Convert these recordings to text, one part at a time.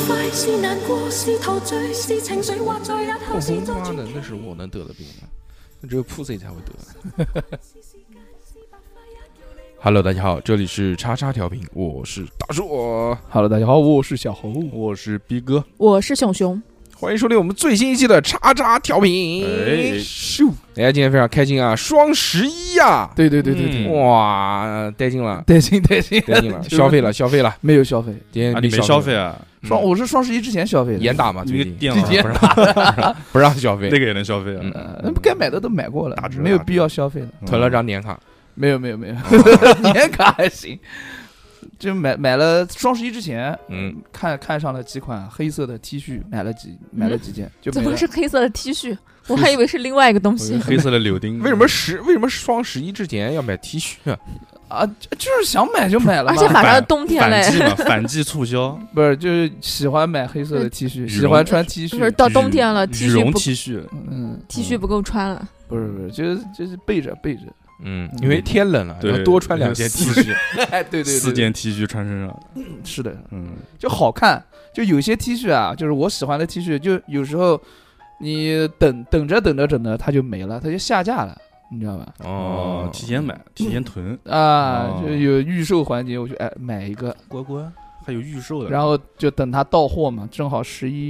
快是难过是陶醉是情绪或在日后是妈的，那是我能得的病吗？那只有 Pussy 才会得。Hello， 大家好，这里是叉叉调频，我是大硕。 Hello， 大家好，我是小猴， 我是逼哥， 我是熊熊。 欢迎收听我们最新一期的叉叉调频。咻！大家今天非常开心啊，双11呀！ 对， 哇，带劲了， 带劲了，消费了， 没有消费， 今天你没消费啊？ 我是双11之前消费的， 严打嘛，最近电不让消费， 那个也能消费啊？ 该买的都买过了，没有必要消费的。 囤了张年卡， 没有，年卡还行。就买了双11之前，看上了几款黑色的 T 恤，买了几件，就怎么是黑色的 T 恤？我还以为是另外一个东西。 黑色的柳丁。 为什么双11之前要买 T 恤啊？就是想买就买了嘛， 而且马上冬天嘞， 反季促销。 不是，就是喜欢买黑色的 T 恤，喜欢穿 T 恤。 不是到冬天了，T 恤不 T 恤 ，T 恤不够穿了。 不是，就是背着。 因为天冷了，要多穿2件 T 恤。 对 ，4件 T 恤穿身上。 是的，就好看。就有些 T 恤啊，就是我喜欢的 T 恤，就有时候你等着，它就没了，它就下架了，你知道吧？ 哦，提前买，提前囤啊，就有预售环节，我就买一个。 乖，还有预售的。 然后就等它到货嘛，正好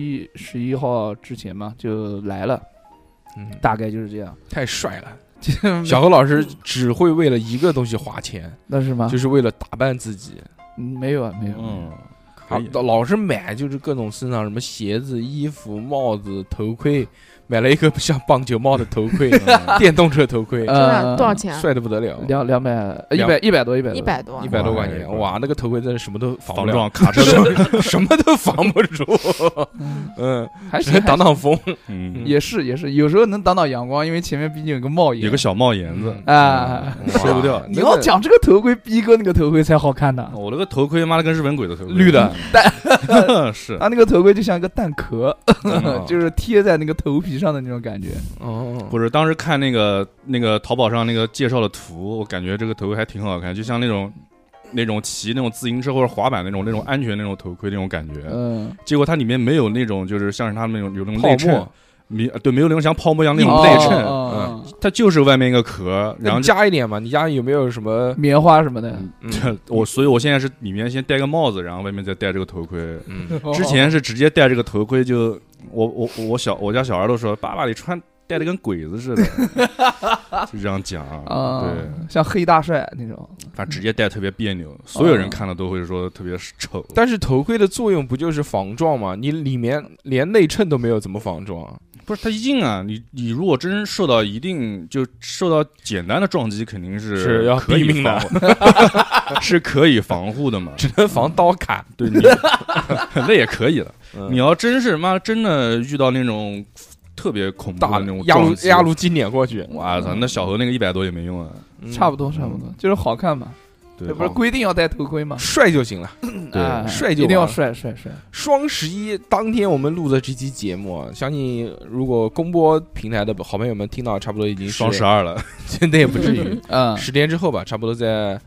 11号之前嘛就来了。大概就是这样。 太帅了。小何老师只会为了一个东西花钱， 那是吗？ 就是为了打扮自己。 没有。 可以。老是买，就是各种身上什么鞋子、衣服、帽子、头盔，买了一个像棒球帽的头盔，电动车头盔， 多少钱？ 帅的不得了 ，100多 ，100多块钱，哇，那个头盔真的什么都防不了， 卡车什么都防不住， 还行， 挡风， 也是，有时候能挡阳光，因为前面毕竟有个帽檐， 有个小帽檐子啊， 收不掉。 你要讲这个头盔，逼哥那个头盔才好看呢。 我那个头盔，妈的跟日本鬼的头盔， 绿的， 是他那个头盔就像一个蛋壳，就是贴在那个头皮上的那种感觉。 不是，当时看那个淘宝上那个介绍的图，我感觉这个头盔还挺好看，就像那种骑那种自行车或者滑板那种安全那种头盔那种感觉。结果它里面没有那种，就是像是他们那种有那种内衬。对，没有那种像泡沫一样那种内衬，它就是外面一个壳，然后加一点嘛。你家有没有什么棉花什么的？ 所以我现在是里面先戴个帽子，然后外面再戴这个头盔。之前是直接戴这个头盔，就我家小孩都说，爸爸你戴的跟鬼子似的，就这样讲对， 像黑大帅那种， 反正直接戴特别别扭，所有人看了都会说特别丑。 但是头盔的作用不就是防撞吗？你里面连内衬都没有，怎么防撞？ 不是它硬啊！你如果真受到简单的撞击，肯定是要毙命的， 是可以防护的嘛， 只能防刀砍。 对，那也可以了。你要真是真的遇到那种特别恐怖的那种压路机碾过去， 哇操！那小何那个100多也没用啊。 差不多，就是好看嘛。 对， 不是规定要戴头盔吗？ 帅就行了， 对， 帅就一定要帅。 双11当天我们录的这期节目，相信如果公播平台的好朋友们听到，差不多已经双12了， 现在也不至于，10天之后吧，差不多在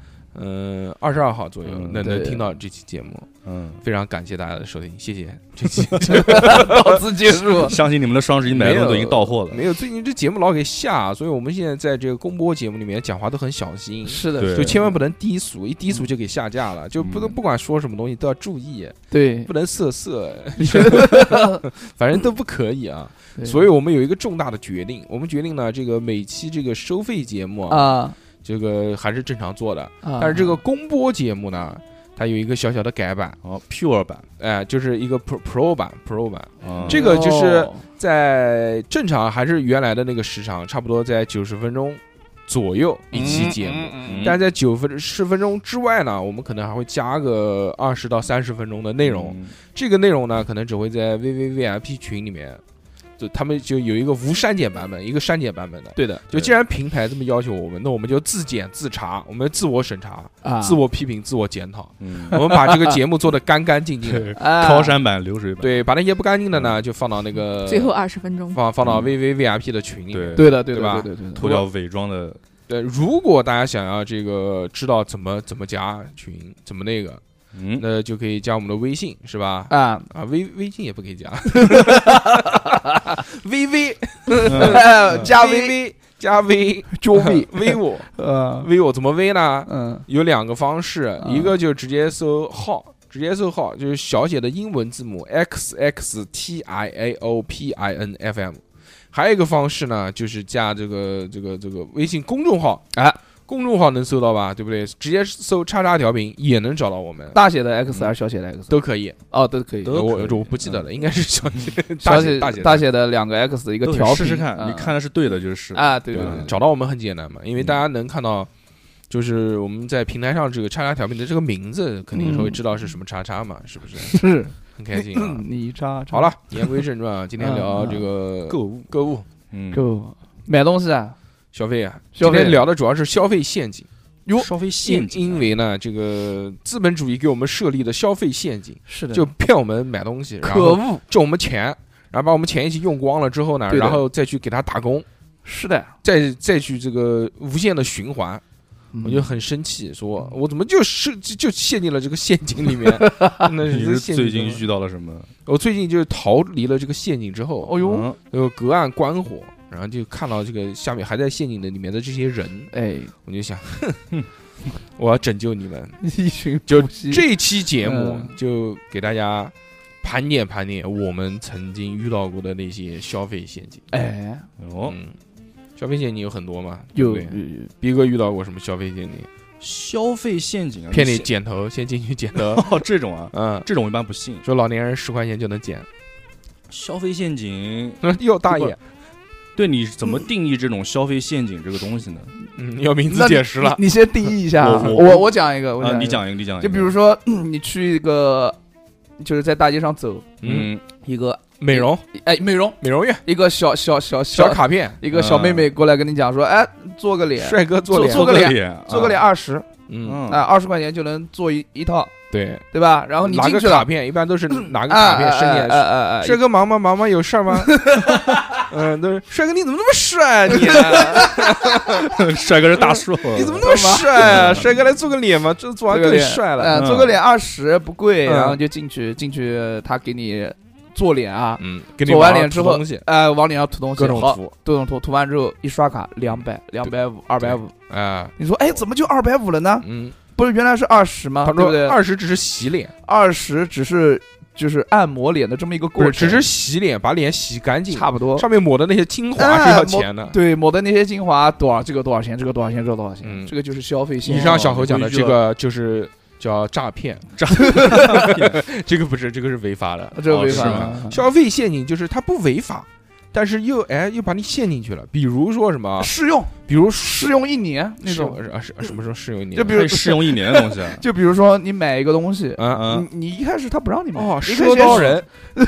22号左右能听到这期节目。非常感谢大家的收听，谢谢。这期到此结束。 相信你们的双11买的都已经到货了。 没有，最近这节目老给下，所以我们现在在这个公播节目里面讲话都很小心。 是的， 就千万不能低俗，一低俗就给下架了，就不管说什么东西都要注意。 对， 不能色，反正都不可以啊。所以我们有一个重大的决定，我们决定呢，这个每期这个收费节目啊，这个还是正常做的，但是这个公播节目呢，它有一个小小的改版 ，Pure 版， 就是一个 Pro 版，这个就是在正常还是原来的那个时长，差不多在90分钟左右一期节目，但是在10分钟之外呢，我们可能还会加个20到30分钟的内容，这个内容呢，可能只会在 VVVIP 群里面。就他们就有一个无删减版本，一个删减版本的。 对的， 就既然平台这么要求我们，那我们就自检自查，我们自我审查、自我批评、自我检讨。我们把这个节目做得干干净净的， 高山版、流水版。 对，把那些不干净的呢，就放到那个最后20分钟， 放到 VVVIP 的群里面。 对的， 吧？ 对， 脱掉伪装的。 对，如果大家想要这个知道怎么加群，怎么那个。 那就可以加我们的微信，是吧？微信也不可以加，VV 加 VV 加 V 就 V 我，V 我怎么 V 呢？有2个方式，一个就直接搜号，就是小写的英文字母 XXTIAOPINFM。还有一个方式呢，就是加这个微信公众号，公众号能搜到吧？对不对？直接搜叉叉调频也能找到我们。 大写的 X 还是小写的 X 都可以都可以。 我不记得了，应该是大写的2个 X 一个调频， 试试看，你看的是对的就是对， 找到我们很简单嘛，因为大家能看到，就是我们在平台上这个叉叉调频的这个名字，肯定是会知道是什么叉叉嘛，是不是？ 是。 很开心啊！ 你叉好了，言归正传，今天聊这个购物， 购物买东西啊， 消费啊。今天聊的主要是消费陷阱。 消费陷阱， 因为呢，这个资本主义给我们设立的消费陷阱， 是的， 就骗我们买东西，然后挣我们钱，然后把我们钱一起用光了之后呢，然后再去给他打工， 是的， 再去这个无限的循环。我就很生气，说我怎么就陷进了这个陷阱里面？ 你是最近遇到了什么？ 我最近就是逃离了这个陷阱之后，就隔岸观火，然后就看到这个下面还在陷阱的里面的这些人，我就想，我要拯救你们。就这期节目就给大家盘点我们曾经遇到过的那些消费陷阱。消费陷阱有很多嘛？ 有。 逼哥遇到过什么消费陷阱？ 消费陷阱啊， 骗你剪头，先进去剪头。 这种啊，这种一般不信。 说老年人10块钱就能剪。 消费陷阱， 哟大爷， 对你怎么定义这种消费陷阱这个东西呢？ 要名字解释了。 你先定义一下。我讲一个， 你讲一个。 就比如说，你去一个，就是在大街上走，一个。美容院，一个小卡片， 一个小妹妹过来跟你讲说，做个脸， 帅哥做个脸20， 20块钱就能做一套， 对吧？然后你拿个卡片，一般都是拿个卡片伸进去，帅哥忙吗？有事儿吗？都是帅哥，你怎么那么帅啊你？ 帅哥是大叔， 你怎么那么帅啊？帅哥来做个脸嘛，这做完更帅了。 做个脸20不贵，然后就进去，他给你。做脸啊，做完脸之后，往脸上涂东西， 各种涂完之后一刷卡200、250、250，你说怎么就250了呢？不是原来是20吗？对不对 ？20只是洗脸 ，20只是就是按摩脸的这么一个过程， 只是洗脸，把脸洗干净， 差不多。 上面抹的那些精华是要钱的， 对，抹的那些精华多少？这个多少钱？这个多少钱？这个就是消费陷阱。 以上小何讲的这个就是叫诈骗，这个不是，这个是违法的， 这个违法吗？消费陷阱就是它不违法，但是又把你陷进去了。比如说什么试用， 比如试用1年那种， 什么时候试用1年？ 就比如试用1年的东西， 就比如说你买一个东西，你一开始他不让你买， 赊刀人。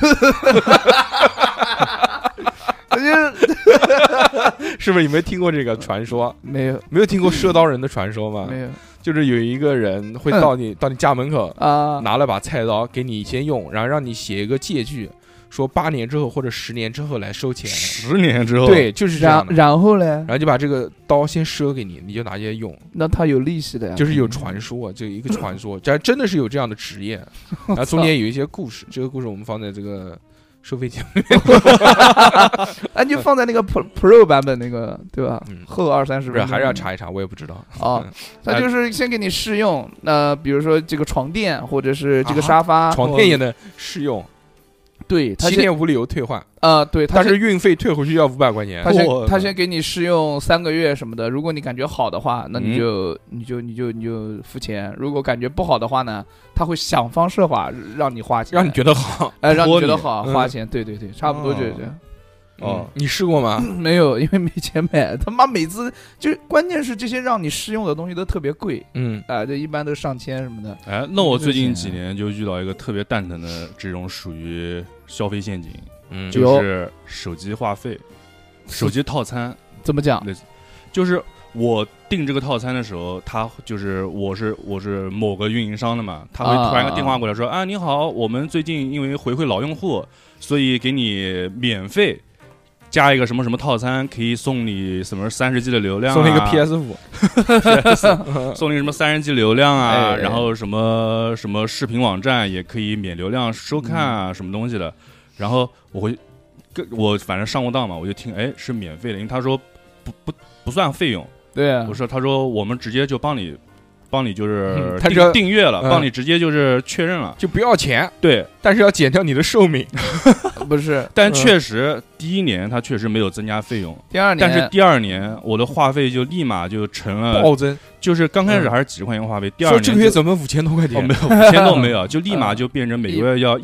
是不是你没听过这个传说？ 没有听过赊刀人的传说吗？ 没有， 就是有一个人会到你家门口拿了把菜刀给你先用，然后让你写一个借据，说8年之后或者10年之后来收钱。 10年之后， 对，就是这样的。 然后呢？ 然后就把这个刀先赊给你，你就拿去用。 那他有利息的呀？ 就是有传说，就一个传说，真的是有这样的职业。然后中间有一些故事，这个故事我们放在这个。收费节目， 就放在那个 Pro 版本那个，对吧？后20-30分钟， 还是要查一查，我也不知道。 他就是先给你试用，比如说这个床垫或者是这个沙发， 床垫也能试用。 对 ，7天无理由退换。 对， 但是运费退回去要500块钱。 他先给你试用3个月什么的，如果你感觉好的话，那你就付钱；如果感觉不好的话呢，他会想方设法让你花钱， 让你觉得好， 让你觉得好花钱。对，差不多就是这样。 你试过吗？ 没有，因为没钱买。他妈每次就关键是这些让你试用的东西都特别贵，这一般都上千什么的。 那我最近几年就遇到一个特别蛋疼的这种属于消费陷阱，就是手机话费、手机套餐。 怎么讲？ 就是我订这个套餐的时候，他就是我是某个运营商的嘛，他会突然个电话过来说你好，我们最近因为回馈老用户，所以给你免费加一个什么什么套餐，可以送你什么30G 的流量、啊， 送你一个 PS5， 送你什么30G 流量啊，然后什么什么视频网站也可以免流量收看啊，什么东西的。然后我反正上过当嘛，我就听是免费的，因为他说不算费用。 对啊， 他说我们直接就帮你就是订阅了，帮你直接就是确认了， 就不要钱。 对， 但是要减掉你的寿命。 不是， 但确实第一年他确实没有增加费用，但是第二年我的话费就立马就成了暴增， 就是刚开始还是几十块钱话费，第二年这个月怎么5000多块钱？ 没有5000都没有，就立马就变成每个月要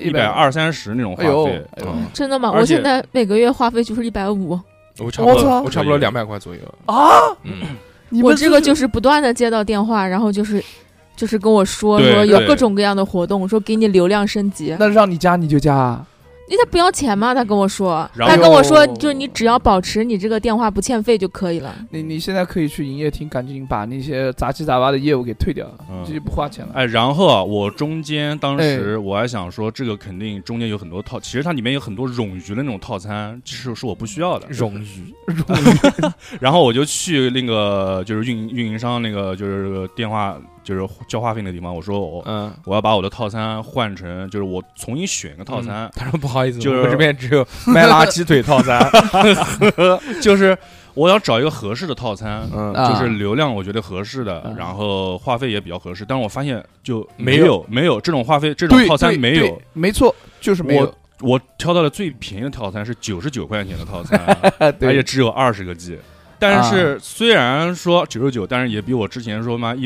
120-130那种话费。 真的吗？我现在每个月话费就是150。 我差不多200块左右啊。 我这个就是不断的接到电话，然后就是跟我说有各种各样的活动，说给你流量升级。 那让你加你就加啊？ 因为他不要钱嘛，他跟我说，就是你只要保持你这个电话不欠费就可以了。 你现在可以去营业厅赶紧把那些杂七杂八的业务给退掉，这就不花钱了。 然后啊，我中间当时我还想说，这个肯定中间有很多其实它里面有很多冗余的那种套餐，是我不需要的。 冗余。 然后我就去那个就是运营商那个就是电话就是交话费那个地方，我说我要把我的套餐换成就是我重新选个套餐。 他说不好意思， 就是我这边只有麦辣鸡腿套餐， 就是我要找一个合适的套餐，就是流量我觉得合适的，然后话费也比较合适。但是我发现就没有这种话费这种套餐没有， 没错，就是没有。 我挑到了最便宜的套餐是99块钱的套餐，而且只有20个 G。但是虽然说99，但是也比我之前说嘛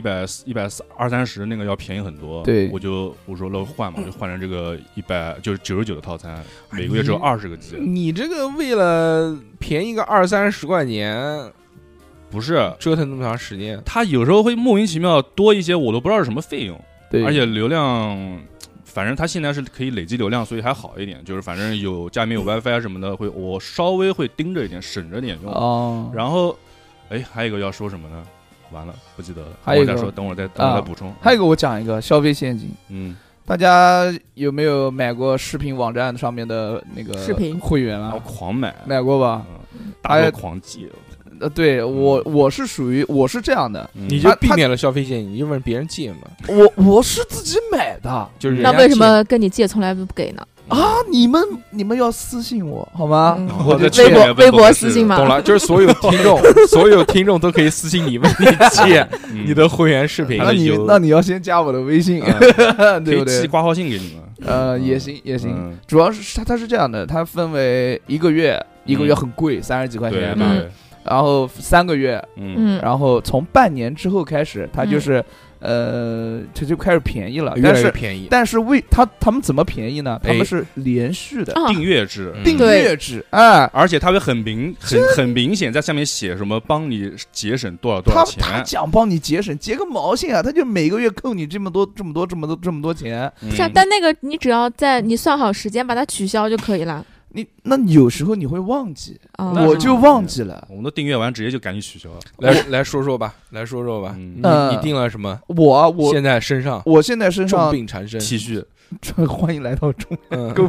120-130那个要便宜很多。 对， 我说那换嘛，就换成这个就是99的套餐，每个月只有20个 G。 你这个为了便宜个20-30块钱， 不是折腾那么长时间， 他有时候会莫名其妙多一些，我都不知道是什么费用。 对， 而且流量。反正它现在是可以累积流量，所以还好一点。就是反正家里面有 WiFi 什么的，我稍微会盯着一点，省着点用。 哦。 然后，还有一个要说什么呢？完了，不记得了。 还有一个， 等会儿再补充。 还有一个，我讲一个消费陷阱。大家有没有买过视频网站上面的那个视频会员啊？ 狂买过吧？ 大多狂记。 对我是属于我是这样的， 你就避免了消费陷阱，你就问别人借嘛。 我是自己买的， 就是那为什么跟你借从来不给呢？ 啊，你们要私信我好吗？ 我就微博私信嘛。 懂了，就是所有听众都可以私信你，问你借你的会员视频。 那你要先加我的微信，对不对？ 寄挂号信给你们。也行，主要是它是这样的，它分为一个月很贵，30几块钱吧。然后3个月，然后从半年之后开始，它就是它就开始便宜了， 越来越便宜。 但是他们怎么便宜呢？他们是连续的订阅制， 而且它会很明显在下面写什么帮你节省多少钱。 他讲帮你节省，节个毛线啊！他就每个月扣你这么多钱。 不是，但那个你只要在你算好时间把它取消就可以了。 那有时候你会忘记，我就忘记了。 我们都订阅完直接就赶紧取消了。 来说说吧，你订了什么？ 我现在身上重病缠身 T 恤， 欢迎来到中 Go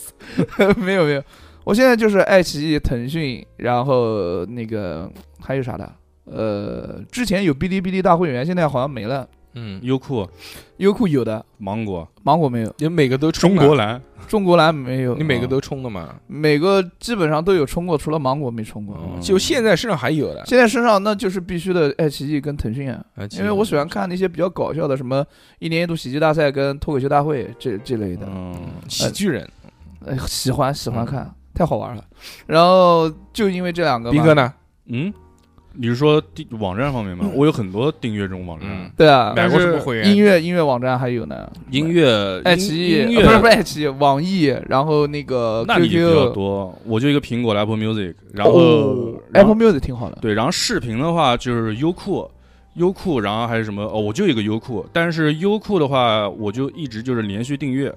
Fix。没有，我现在就是爱奇艺、腾讯，然后那个还有啥的？之前有哔哩哔哩大会员，现在好像没了。 优酷有的， 芒果没有， 你每个都充。 中国蓝没有， 你每个都充的吗？ 每个基本上都有充过，除了芒果没充过。 就现在身上还有的， 现在身上那就是必须的爱奇艺跟腾讯啊，因为我喜欢看那些比较搞笑的，什么1年1度喜剧大赛跟脱口秀大会这类的。 喜剧人， 喜欢看，太好玩了。然后就因为这2个， 逼哥呢？ 你是说网站方面吗？我有很多订阅这种网站。 对啊， 买过什么会员？ 音乐网站还有呢。 爱奇艺不是爱奇艺，网易，然后那个 QQ 那你比较多。我就一个苹果的 Apple Music， 然后 Apple Music 挺好的。 对，然后视频的话就是优酷，然后还是什么？我就一个优酷，但是优酷的话，我就一直就是连续订阅。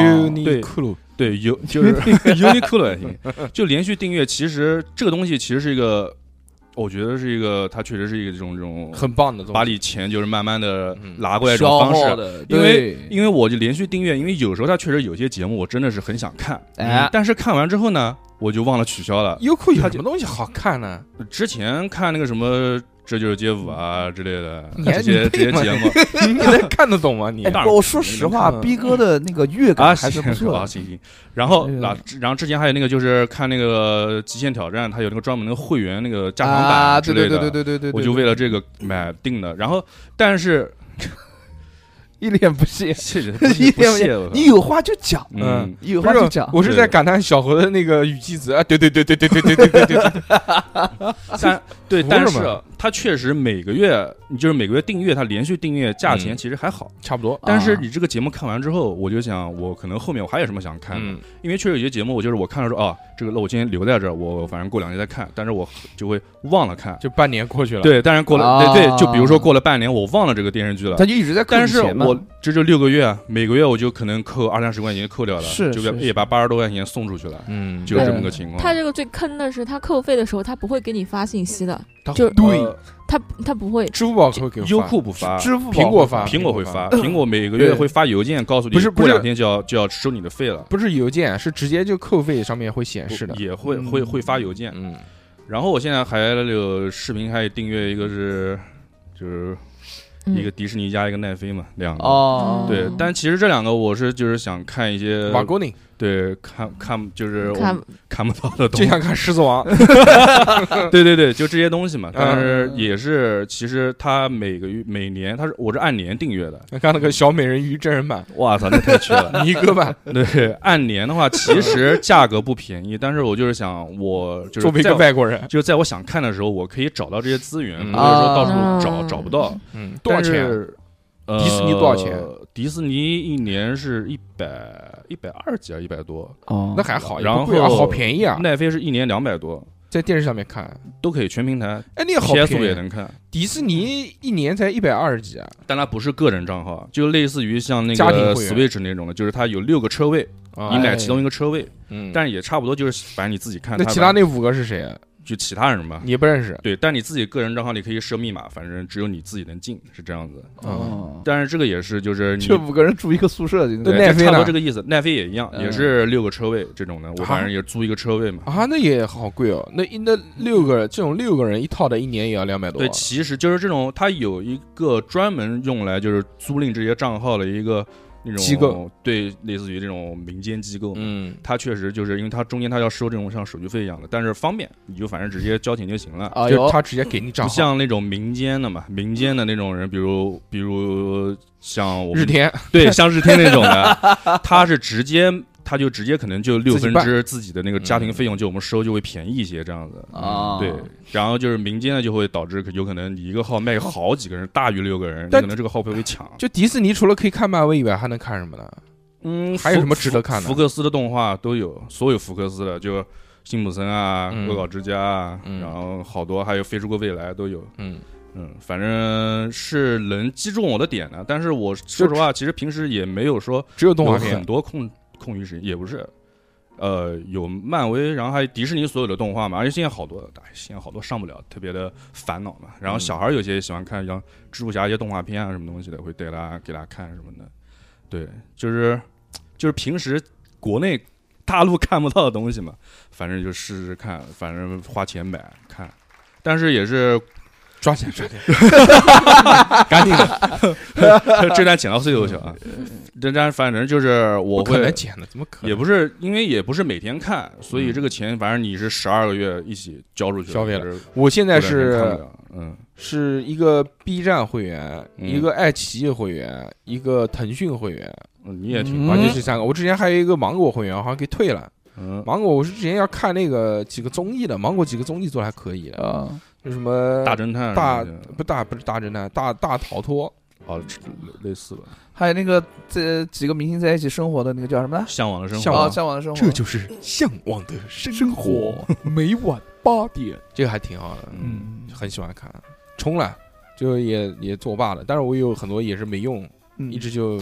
Uniqlo。 对，就是 Uniqlo 也行，就连续订阅。其实这个东西其实是一个我觉得是一个，它确实是一个这种很棒的东西， 把你钱就是慢慢的拿过来这种方式。因为我就连续订阅，因为有时候它确实有些节目我真的是很想看，但是看完之后呢，我就忘了取消了。 优酷有什么东西好看呢？ 之前看那个什么。这就是街舞啊之类的这些节目， 你能看得懂吗？你我说实话，逼哥的那个乐感还是不错啊。行，然后之前还有那个就是看那个极限挑战，他有那个专门的会员那个加长版之类的， 对， 我就为了这个买定的。然后但是。 一脸不屑， 一脸不屑。 你有话就讲，有话就讲。 我是在感叹小何的那个语气词啊，对。 但是他确实每个月订阅，他连续订阅价钱其实还好， 差不多。 但是你这个节目看完之后，我就想，我可能后面我还有什么想看的，因为确实有些节目，我看了说这个我今天留在这儿，我反正过2年再看，但是我就会忘了看， 就半年过去了。 对，但是过了，对，就比如说过了半年，我忘了这个电视剧了， 他就一直在扣钱嘛。 但是我这就6个月，每个月我就可能扣20-30块钱扣掉了，就也把80多块钱送出去了，就是这么个情况。 他这个最坑的是，他扣费的时候他不会给你发信息的，他不会， 支付宝会给我发， 优酷不发， 苹果发， 苹果会发，苹果每个月会发邮件告诉你，过2天就要收你的费了， 不是邮件，是直接就扣费上面会显示的， 也会发邮件，然后我现在还有视频，还有订阅一个就是一个迪士尼加一个奈飞嘛，2个对，但其实这2个我是就是想看一些瓦沟岭。 对，看就是看不到的东西， 就想看《狮子王》 对，就这些东西嘛。但是也是，其实他每年我是按年订阅的。 看那个小美人鱼真人版， 哇操，那太缺了！ 尼哥版， 对，按年的话，其实价格不便宜。但是我就是想，我就是作为一个外国人， 就在我想看的时候，我可以找到这些资源，不是说到处找不到。 多少钱？迪士尼多少钱？ 迪士尼一年是120几啊，100多那还好， 然后好便宜啊。 奈飞是一年200多， 在电视上面看都可以，全平台。 那好便宜 ，PS5 也能看。 迪士尼一年才120几啊， 但它不是个人账号，就类似于像那个 Switch 那种的，就是它有6个车位，你买其中一个车位，但是也差不多，就是反正你自己看。 那其他那5个是谁啊？ 就其他人吧， 你也不认识。 对，但你自己个人账号里可以设密码，反正只有你自己能进，是这样子。但是这个也是，就是就5个人住一个宿舍， 对，奈飞差不多这个意思。奈飞也一样，也是6个车位这种的，我反正也租一个车位嘛。 那也好贵哦。那6个这种6个人一套的，一年也要200多。 对，其实就是这种，它有一个专门用来就是租赁这些账号的一个。那种机构， 对，类似于这种民间机构，它确实就是因为它中间它要收这种像手续费一样的，但是方便，你就反正直接交钱就行了， 就他直接给你账号， 不像那种民间的嘛，民间的那种人，比如像我们日天， 对，像日天那种的，他就直接可能就1/6自己的那个家庭费用，就我们收就会便宜一些这样子对，然后就是民间的就会导致有可能你一个号卖好几个人，大于6个人，可能这个号会抢。 就迪士尼除了可以看漫威以外，还能看什么呢？还有什么值得看的？ 福克斯的动画都有，所有福克斯的就辛普森啊、恶搞之家啊，然后好多还有飞出个未来都有。反正是能击中我的点的，但是我说实话，其实平时也没有说只有动画片很多空余时间，也不是，有漫威，然后还有迪士尼所有的动画嘛，而且现在好多上不了，特别的烦恼嘛。然后小孩有些也喜欢看像蜘蛛侠一些动画片啊什么东西的，会给他看什么的。对，就是平时国内大陆看不到的东西嘛，反正就试试看，反正花钱买看，但是也是。 抓紧，赶紧的！ 这段剪到最后去啊！这段反正就是我会剪的，怎么可能？ 也不是，因为也不是每天看，所以这个钱反正你是12个月一起交出去消费了。我现在是一个 B 站会员，一个爱奇艺会员，一个腾讯会员。 你也挺完全是3个。我之前还有一个芒果会员，好像给退了。芒果我是之前要看那个几个综艺的，芒果几个综艺做的还可以的就什么大侦探不是大侦探，大逃脱类似吧。 还有那个这几个明星在一起生活的那个叫什么？ 向往的生活。向往的生活， 这就是向往的生活。每晚8点，这个还挺好的，很喜欢看。充了就也作罢了，但是我有很多也是没用，一直就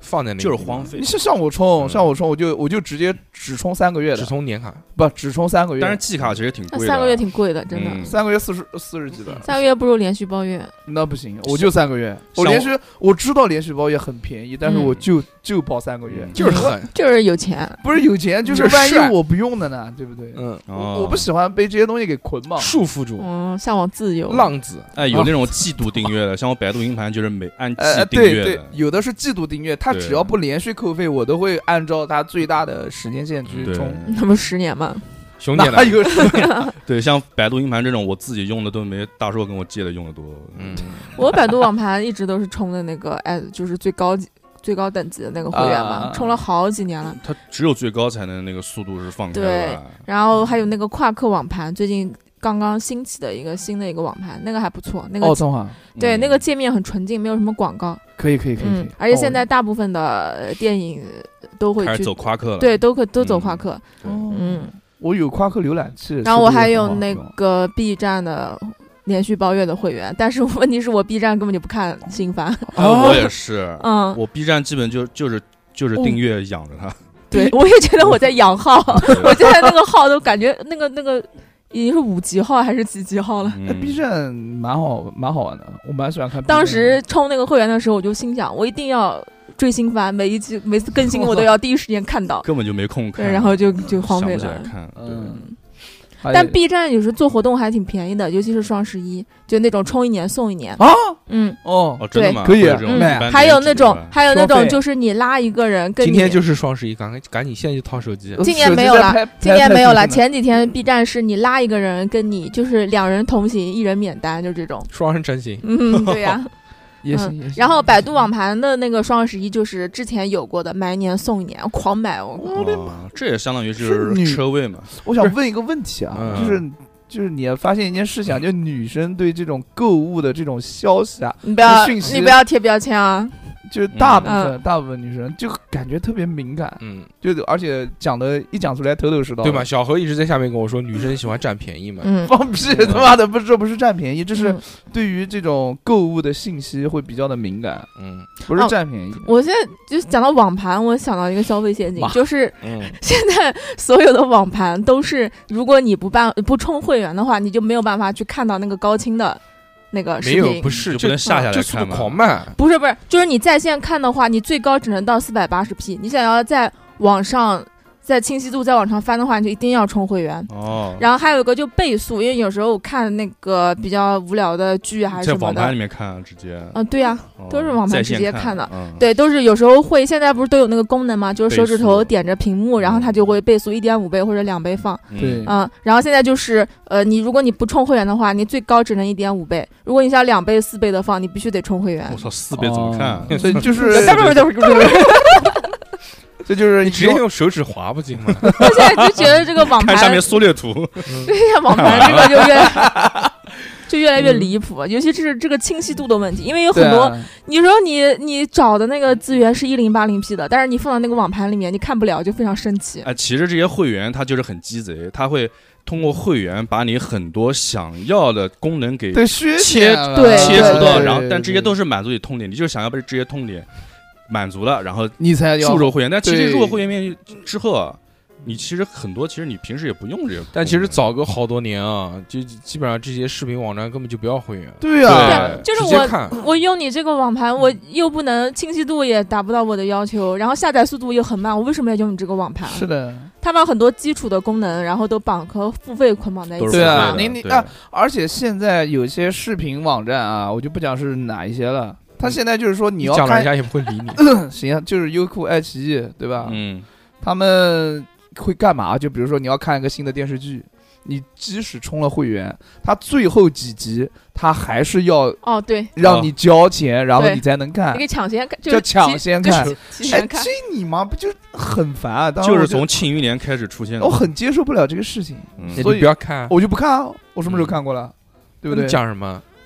放在那就是荒废。 你像我充，我就直接只充3个月的， 只充年卡， 不只充3个月。 但是季卡其实挺贵的，3 个月挺贵的，真的。 3个月40几的 ，3个月不如连续包月。 那不行，我就3个月。我知道连续包月很便宜，但是我就包3个月， 就是有钱， 不是有钱，就是万一我不用的呢，对不对？我不喜欢被这些东西给捆绑束缚住。 向往自由， 浪子。 哎，有那种季度订阅的，像我百度云盘就是按季订阅的。 对，有的是季度订阅，它只要不连续扣费，我都会按照它最大的时间线去充。 那不10年吗？ 兄弟哪有10年？ 对，像百度云盘这种，我自己用的都没大硕跟我借的用的多。 我百度网盘一直都是充的那个，就是最高等级的那个会员嘛，充了好几年了。 它只有最高才能那个速度是放开的。 对，然后还有那个夸克网盘，最近刚刚兴起的新的一个网盘，那个还不错。那个对，那个界面很纯净，没有什么广告。 可以。 而且现在大部分的电影都会去走夸克了。 对，都走夸克。 我有夸克浏览器， 然后我还有那个 B 站的连续包月的会员，但是问题是我 B 站根本就不看新番。 我也是，我 B 站基本就是订阅养着它。 对，我也觉得我在养号，我现在那个号都感觉那个已经是5级号还是几级号了。 B 站蛮好玩的，我蛮喜欢看。 当时充那个会员的时候，我就心想，我一定要追新番，每次更新我都要第一时间看到， 根本就没空看， 对，然后就荒废了。但 B 站有时做活动还挺便宜的，尤其是双11，就那种充1年送1年啊。 真的吗？ 可以。 还有那种就是你拉一个人跟你。 今天就是双11，赶紧现在就掏手机。 今年没有了，前几天 B 站是你拉一个人跟你就是2人同行，1人免单，就这种双人成行。 对呀。 也行。 然后百度网盘的那个双11就是之前有过的，买1年送1年，狂买。 这也相当于就是车位嘛。 我想问一个问题啊，就是你要发现一件事情，就女生对这种购物的这种消息啊， 你不要贴标签啊。 就是大部分女生就感觉特别敏感，就而且一讲出来头头是道， 对吧？小何一直在下面跟我说，女生喜欢占便宜嘛， 放屁，他妈的，不是占便宜，这是对于这种购物的信息会比较的敏感，不是占便宜。 我现在就是讲到网盘，我想到一个消费陷阱，就是现在所有的网盘都是，如果你不充会员的话，你就没有办法去看到那个高清的。那个视频没有，不是就不能下来看吗？狂慢， 不是，就是你在线看的话，你最高只能到480p，你想要在网上在清晰度再往上翻的话，你就一定要充会员。然后还有一个就倍速，因为有时候看那个比较无聊的剧还是什么的， 在网盘里面看直接。 对呀，都是网盘直接看的。对，都是有时候会，现在不是都有那个功能吗？就是手指头点着屏幕，然后它就会倍速1.5倍或者2倍放。 对， 然后现在就是如果你不充会员的话，你最高只能1.5倍。如果你想2倍、4倍的放，你必须得充会员。 我操，4倍怎么看？ 所以就是。这就是你直接用手指划不行吗？ 我现在就觉得这个网盘看下面缩略图， 对呀，网盘这个就越来越离谱，尤其是这个清晰度的问题，因为有很多，你说你找的那个资源是1080p 的，但是你放到那个网盘里面，你看不了，就非常生气。 其实这些会员他就是很鸡贼，他会通过会员把你很多想要的功能给切除到，然后但这些都是满足你痛点，你就是想要把这些痛点满足了，然后你才注入会员。但其实入了会员面之后啊，你其实很多，其实你平时也不用这个。 但其实早个好多年啊，就基本上这些视频网站根本就不要会员。 对啊， 就是我用你这个网盘，我又不能清晰度也达不到我的要求，然后下载速度又很慢，我为什么要用你这个网盘？ 是的， 他把很多基础的功能，然后都和付费捆绑在一起。 对啊，而且现在有些视频网站啊，我就不讲是哪一些了。他现在就是说你要看， 讲人家也不会理你。 行啊，就是优酷、爱奇艺，对吧？他们会干嘛？就比如说你要看一个新的电视剧，你即使充了会员，他最后几集他还是要对， 让你交钱，然后你才能看。 你给抢先看， 叫抢先看。 这你妈不就很烦啊？ 就是从庆余年开始出现的， 我很接受不了这个事情， 所以不要看， 我就不看啊。我什么时候看过了？对不对？ 讲什么？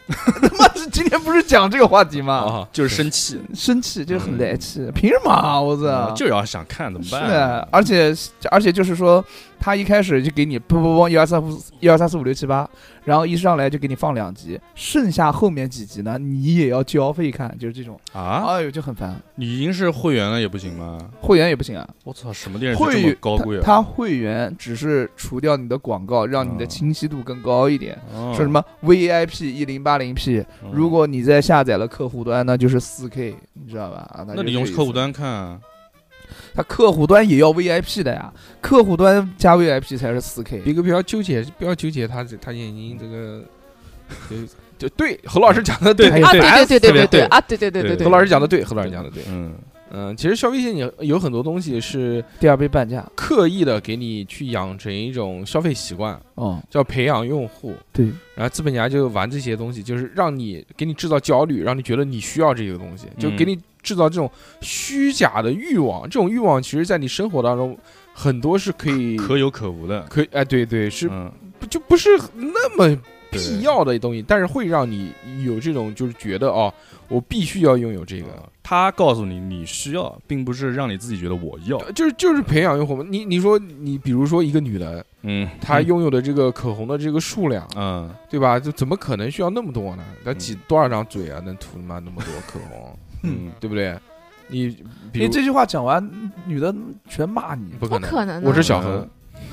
他妈是今天不是讲这个话题吗？ 就是生气， 生气就很来气，凭什么？我操！ 就要想看怎么办？ 是，而且就是说，他一开始就给你砰1、2、3、4、5、6、7、8，然后一上来就给你放2集，剩下后面几集呢，你也要交费看，就是这种啊！哎呦，就很烦。 你已经是会员了也不行吗？ 会员也不行啊！ 我操，什么电视剧这么高贵啊？ 他会员只是除掉你的广告，让你的清晰度更高一点。说什么 VIP 1080P，如果你在下载了客户端，那就是 4K， 你知道吧？ 那你用客户端看啊。 他客户端也要 VIP 的呀，客户端加 VIP 才是 4K。 别个不要纠结他眼睛这个，就对何老师讲的对啊，对啊，对， 何老师讲的对，其实消费陷阱有很多东西是第二杯半价， 刻意的给你去养成一种消费习惯，叫培养用户。 对， 然后资本家就玩这些东西，就是给你制造焦虑，让你觉得你需要这个东西，就给你制造这种虚假的欲望。这种欲望其实在你生活当中很多是可有可无的， 对，是就不是那么必要的东西，但是会让你有这种就是觉得我必须要拥有这个。 他告诉你你需要，并不是让你自己觉得我要， 就是培养用户嘛。你说你比如说一个女的，她拥有的这个口红的这个数量，对吧？就怎么可能需要那么多呢？她挤多少张嘴啊，能涂那么多口红？对不对？你这句话讲完，女的全骂你， 不可能， 我是小何。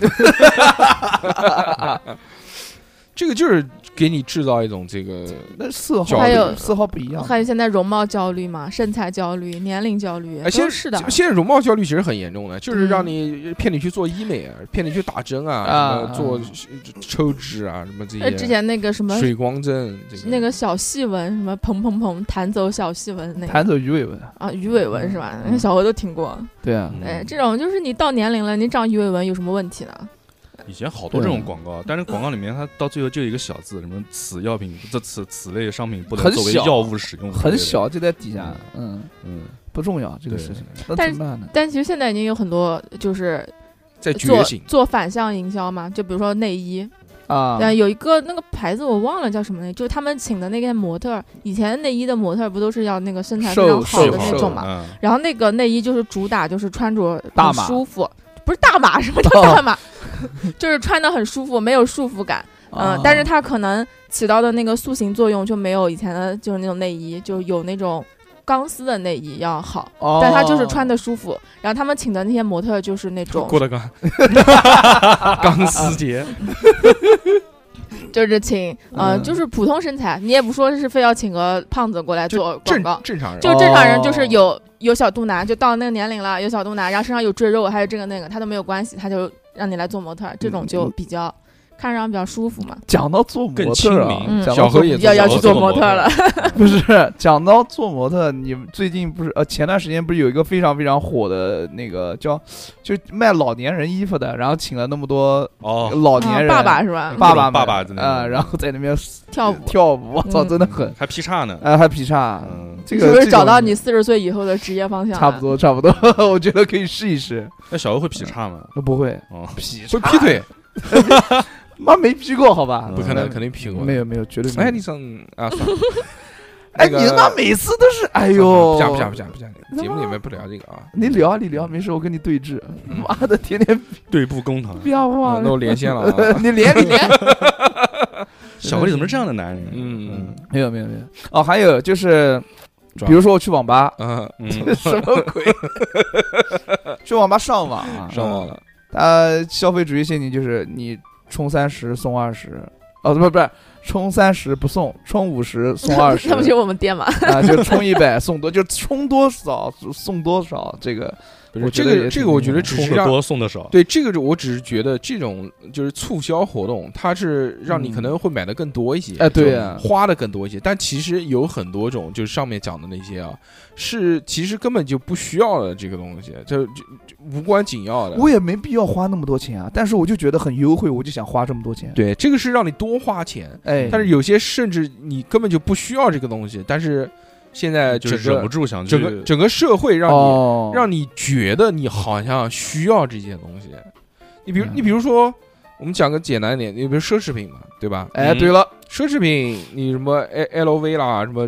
这个就是给你制造一种这个那色号不一样， 还有现在容貌焦虑嘛，身材焦虑、年龄焦虑，都是的。 现在容貌焦虑其实很严重的，就是让你骗你去做医美，骗你去打针啊，什么做抽脂啊，什么这些。 之前那个什么水光针， 那个小细纹，什么砰砰砰弹走小细纹，那个弹走鱼尾纹啊，鱼尾纹是吧？那小何都听过。 对啊， 这种就是你到年龄了，你长鱼尾纹有什么问题呢？ 以前好多这种广告，但是广告里面它到最后就有一个小字，什么此药品此类商品不能作为药物使用， 很小就在底下，不重要这个事情。 但其实现在已经有很多就是在觉醒做反向营销嘛，就比如说内衣啊，有一个那个牌子我忘了叫什么呢，就是他们请的那个模特，以前内衣的模特不都是要那个身材非常好的那种嘛，然后那个内衣就是主打就是穿着很舒服。不是大码，什么叫大码？就是穿得很舒服，没有束缚感。但是它可能起到的那个塑形作用就没有以前的，就是那种内衣，就有那种钢丝的内衣要好。但它就是穿得舒服。然后他们请的那些模特就是那种郭德纲，钢丝节。 就是请就是普通身材，你也不说是非要请个胖子过来做广告， 正常人就正常人就是有小肚腩，就到那个年龄了有小肚腩，然后身上有赘肉，还有这个那个，他都没有关系，他就让你来做模特，这种就比较看上比较舒服嘛。 讲到做模特小何也要去做模特了。 不是讲到做模特，你最近不是前段时间不是有一个非常非常火的那个就卖老年人衣服的，然后请了那么多老年人爸爸是吧？ 爸爸然后在那边跳舞，我操，真的很还劈叉呢， 还劈叉。这个是不是找到你40岁以后的职业方向？ 差不多，我觉得可以试一试。 那小何会劈叉吗？ 不会， 会劈腿。 妈没劈过，好吧？ 不可能，肯定劈过。 没有，绝对没有。 你上啊！ 哎，你他妈每次都是，哎呦！ 不讲，节目里面不聊这个啊。 你聊，没事，我跟你对峙。妈的，天天对簿公堂。 不要忘了， 那我连线了啊！ 你连。 小何，你怎么是这样的男人？ 没有。哦，还有就是，比如说我去网吧，什么鬼？去网吧上网了。消费主义陷阱就是你充30送20，不是充30不送，充50送20。 那不就我们店吗？ 就充100送多，就充多少送多少。这个这个我觉得充的多送的少。 对，这个我只是觉得这种就是促销活动，它是让你可能会买的更多一些， 对啊， 花的更多一些。但其实有很多种，就是上面讲的那些啊，是其实根本就不需要的这个东西，就无关紧要的。 我也没必要花那么多钱啊，但是我就觉得很优惠，我就想花这么多钱。 对，这个是让你多花钱，但是有些甚至你根本就不需要这个东西，但是。现在就忍不住想去整个社会让你觉得你好像需要这些东西。你比如说， 我们讲个简单一点，你比如奢侈品嘛，对吧？ 哎，对了， 奢侈品你什么 LV 啦，什么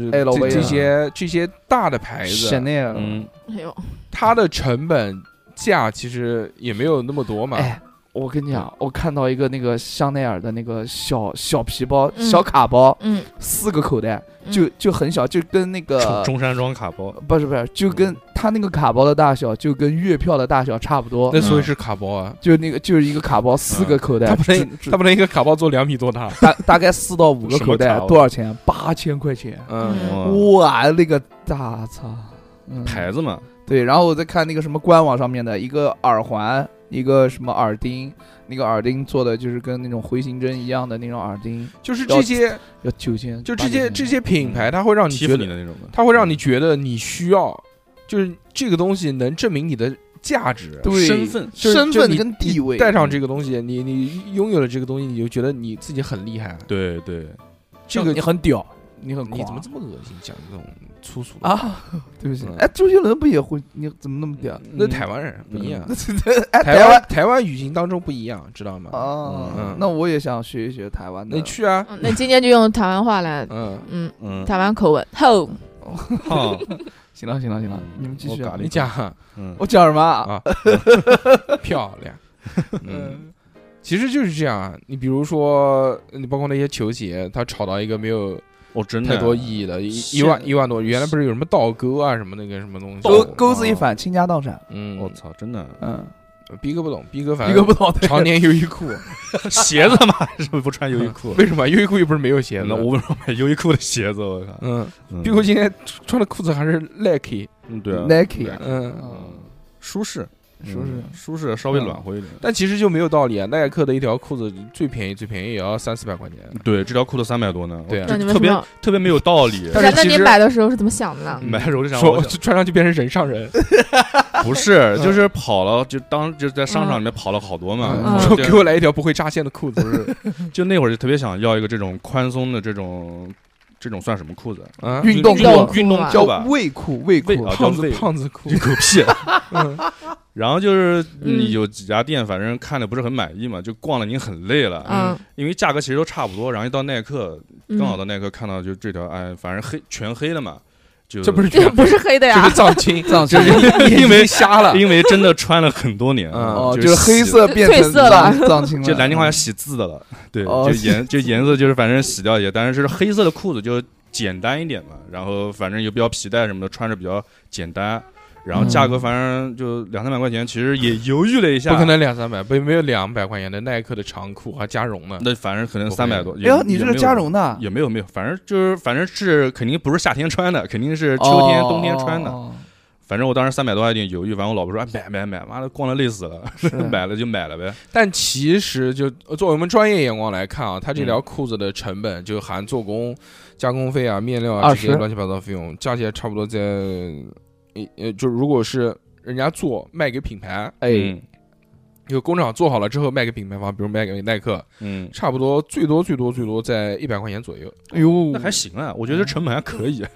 LV 这些大的牌子， 哎呦， 它的成本价其实也没有那么多嘛。 哎，我跟你讲，我看到一个那个香奈儿的那个小皮包、小卡包，4个口袋，就很小，就跟那个中山装卡包， 不是，就跟它那个卡包的大小，就跟月票的大小差不多。 那所以是卡包啊， 就是一个卡包，4个口袋， 它不能一个卡包做2米多大， 大概4到5个口袋，多少钱？8000块钱。哇，那个大操， 牌子嘛。 对，然后我再看那个什么官网上面的一个耳环，一个什么耳钉，那个耳钉做的就是跟那种回形针一样的那种耳钉， 就是这些要9000， 就这些品牌，它会让你觉得那种的， 它会让你觉得你需要，就是这个东西能证明你的价值、 身份跟地位， 带上这个东西，你拥有了这个东西，你就觉得你自己很厉害。 对， 这个你很屌，你很你怎么这么恶心，讲这种粗俗的啊？对不起，哎，周杰伦不也会？你怎么那么屌？ 那台湾人不一样，台湾语境当中不一样，知道吗？ 那我也想学一学台湾的。 你去啊？ 那今天就用台湾话来，台湾口吻。吼， 行了，你们继续啊！ 你讲， 我讲什么啊？ 漂亮，其实就是这样啊。你比如说，你包括那些球鞋，它炒到一个没有真的太多意义的，一万多。原来不是有什么倒钩啊，什么那个什么东西， 钩子一反，倾家荡产。 我操，真的， 逼哥不懂，逼哥反正常年优衣库鞋子嘛，是不是不穿优衣库？ 为什么优衣库又不是没有鞋子？ 我为什么买优衣库的鞋子？我靠， 逼哥今天穿的裤子还是 Nike， 对啊 ，Nike， 舒适，稍微暖和一点。 但其实就没有道理啊！耐克的一条裤子最便宜也要300-400块钱。 对，这条裤子300多呢。 对啊， 特别没有道理。 但是那你买的时候是怎么想的呢？ 买的时候就想说穿上就变成人上人。 不是，就是跑了，就在商场里面跑了好多嘛。 说给我来一条不会扎线的裤子。 就那会儿就特别想要一个这种宽松的这种算什么裤子？ 运动裤叫卫裤， 胖子裤， 狗屁。然后就是有几家店，反正看的不是很满意嘛，就逛了已经很累了。因为价格其实都差不多。然后一到耐克，刚好到耐克看到就这条，反正全黑的嘛。 这不是黑的呀， 这是藏青， 因为瞎了， 因为真的穿了很多年， 就是黑色变成藏青了， 就南京话要洗字的了，对，就颜色就是反正洗掉一些，但是黑色的裤子就简单一点嘛，然后反正有比较皮带什么的，穿着比较简单。然后价格反正就200-300块钱，其实也犹豫了一下， 不可能200-300，没有200块钱的耐克的长裤还加绒呢。 那反正可能300多。 哎呦，你这个加绒的也没有，反正是肯定不是夏天穿的，肯定是秋天、冬天穿的。反正我当时300多还有点犹豫，反正我老婆说买，妈的逛的累死了，买了就买了呗。 但其实就作为我们专业眼光来看啊，它这条裤子的成本就含做工、加工费啊、面料啊这些乱七八糟费用，加起来差不多在。就如果是人家做卖给品牌，有工厂做好了之后卖给品牌方，比如卖给耐克，差不多最多在100块钱左右。 哎呦， 那还行啊，我觉得成本还可以。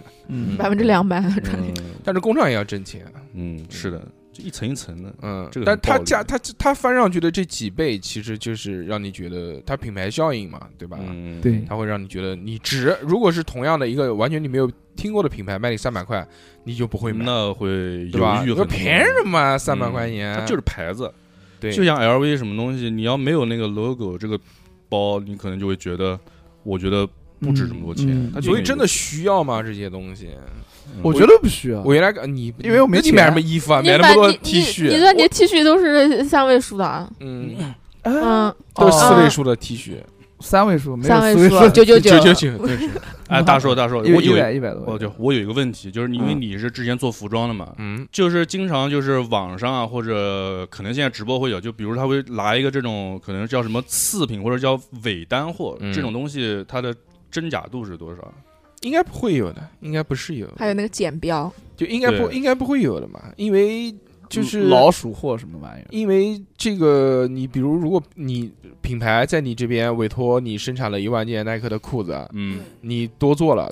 200%， 但是工厂也要挣钱。 是的，就一层一层的。这个但它翻上去的这几倍，其实就是让你觉得它品牌效应嘛，对吧？ 对， 它会让你觉得你值。如果是同样的一个完全你没有听过的品牌卖你300块，你就不会买， 那会对吧？ 犹豫很多。 凭什么300块钱？ 它就是牌子， 对， 就像 LV 什么东西，你要没有那个 logo， 这个包你可能就会觉得，我觉得不值这么多钱。 所以真的需要吗？这些东西？ 我觉得不需要。 我原来因为我没钱，你买什么衣服啊？买那么多 T 恤？ 你说你的 T 恤都是3位数的， 都是4位数的 T 恤。 3位数，没有 3 位数 ，999，对是。 哎，大叔，我有 100多。 我有一个问题，就是因为你是之前做服装的嘛，就是经常就是网上啊，或者可能现在直播会有，就比如他会拿一个这种可能叫什么次品或者叫伪单货这种东西，它的真假度是多少？ 应该不会有的，应该不是有。 还有那个剪标， 就应该不会有的嘛，因为就是老鼠货什么玩意儿。 因为这个，你比如如果你品牌在你这边委托你生产了1万件耐克的裤子，你多做了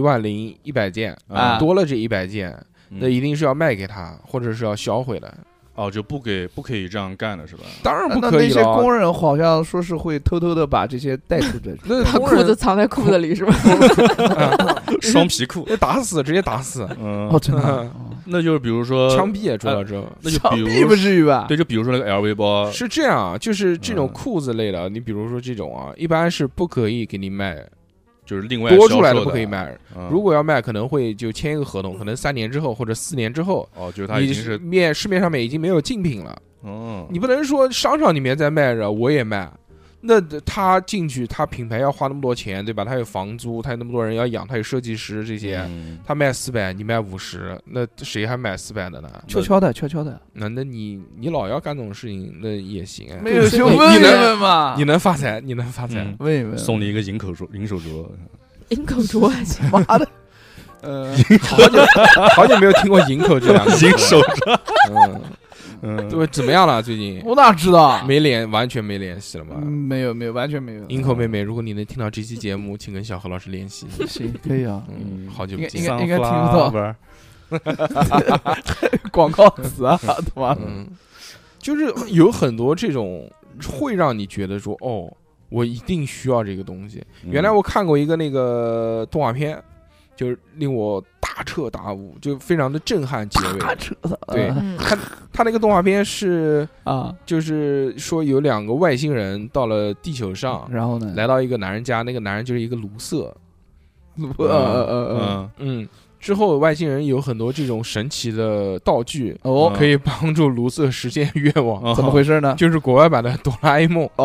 10100件，多了这100件，那一定是要卖给他，或者是要销毁的。 哦，就不可以这样干的是吧？ 当然不可以了。 那些工人好像说是会偷偷的把这些带出去， 把裤子藏在裤子里是吧？ 双皮裤， 打死，直接打死。 哦，真的。 那就是比如说枪毙也抓到之后， 那就比如不至于吧？ 对，就比如说那个 LV 包是这样，就是这种裤子类的，你比如说这种啊，一般是不可以给你卖。 就是另外多出来的不可以卖，如果要卖，可能会就签一个合同，可能3年之后或者4年之后， 就是它已经是市面上面已经没有竞品了。你不能说商场里面在卖着，我也卖，那他进去，他品牌要花那么多钱，对吧？他有房租，他有那么多人要养，他有设计师这些，他卖400，你卖50，那谁还买400的呢？ 悄悄的。 那你老要干这种事情，那也行啊。 没有就问问嘛， 你能发财， 问一问， 送你一个银手镯， 银口镯， 妈的， 好久没有听过银口这两个字， 银手镯， 对，怎么样了？最近我哪知道？ 完全没联系了吗？ 没有，完全没有。 银口妹妹，如果你能听到这期节目，请跟小何老师联系。 行，可以啊。 好久不见， 应该听不到。广告词啊，他妈。 就是有很多这种会让你觉得说，哦，我一定需要这个东西。原来我看过一个那个动画片，就是令我大彻大悟，就非常的震撼结尾。对，他那个动画片是就是说有2个外星人到了地球上， 然后呢， 来到一个男人家，那个男人就是一个卢瑟。之后外星人有很多这种神奇的道具可以帮助卢瑟实现愿望。 怎么回事呢？ 就是国外版的哆啦 A 梦。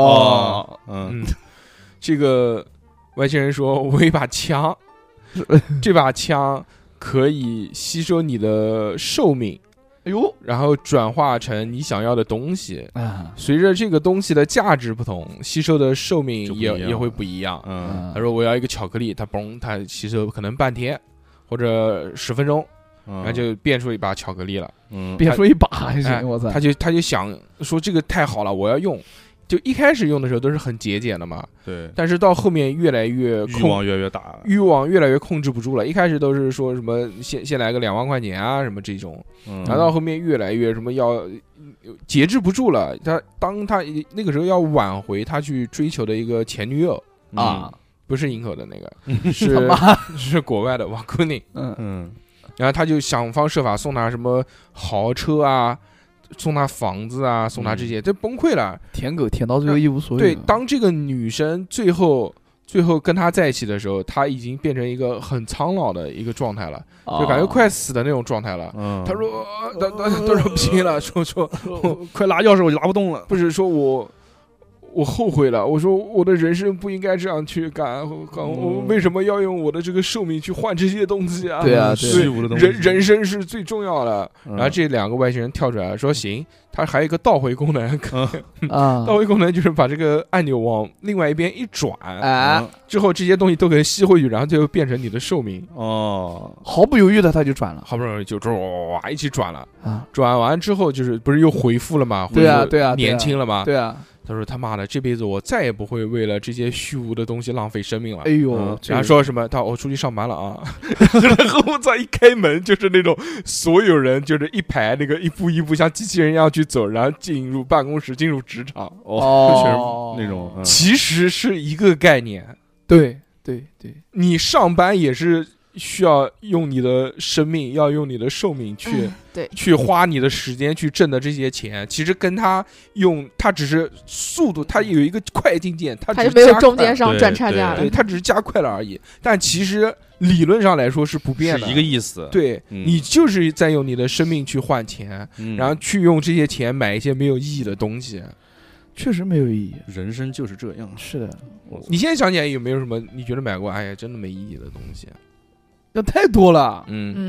这个外星人说，我有一把枪，这把枪可以吸收你的寿命，然后转化成你想要的东西。随着这个东西的价值不同，吸收的寿命也会不一样。他说我要一个巧克力，它吸收可能半天或者10分钟，然后就变出一把巧克力了。 变出一把还行，我操！ 他就想说这个太好了，我要用。就一开始用的时候都是很节俭的嘛， 对。 但是到后面越来越欲望越来越大， 欲望越来越控制不住了。一开始都是说什么先来个2万块钱啊什么这种，然后到后面越来越什么要节制不住了。当他那个时候要挽回他去追求的一个前女友不是营口的那个，是国外的瓦库宁。然后他就想方设法送他什么豪车啊。送他房子啊，送他这些，这崩溃了。 舔狗舔到最后一无所有。 对，当这个女生最后跟他在一起的时候，他已经变成一个很苍老的一个状态了，就感觉快死的那种状态了。他说，他说不行了，说快拉钥匙，我就拉不动了。 不是说我后悔了，我说我的人生不应该这样去干，我为什么要用我的这个寿命去换这些东西啊？ 对啊， 虚无的东西， 人生是最重要的。然后这2个外星人跳出来说行，它还有一个倒回功能，倒回功能就是把这个按钮往另外一边一转，之后这些东西都可以吸回去，然后就变成你的寿命。 毫不犹豫的他就转了， 好不容易就哇一起转了。转完之后就是不是又回复了吗？ 对啊， 年轻了吗？ 对啊。 他说他妈的，这辈子我再也不会为了这些虚无的东西浪费生命了。 哎呦， 然后说什么？我出去上班了啊！然后我再一开门，就是那种所有人就是一排那个一步一步像机器人一样去走，然后进入办公室，进入职场。 那种其实是一个概念。 对， 你上班也是需要用你的生命，要用你的寿命去花你的时间去挣的这些钱，其实跟他只是速度，他有一个快进键，他就没有中间商赚差价了， 对，他只是加快了而已。但其实理论上来说是不变的， 是一个意思。 对，你就是在用你的生命去换钱，然后去用这些钱买一些没有意义的东西。 确实没有意义， 人生就是这样。 是的， 你现在想起来有没有什么你觉得买过哎呀真的没意义的东西？ 那太多了。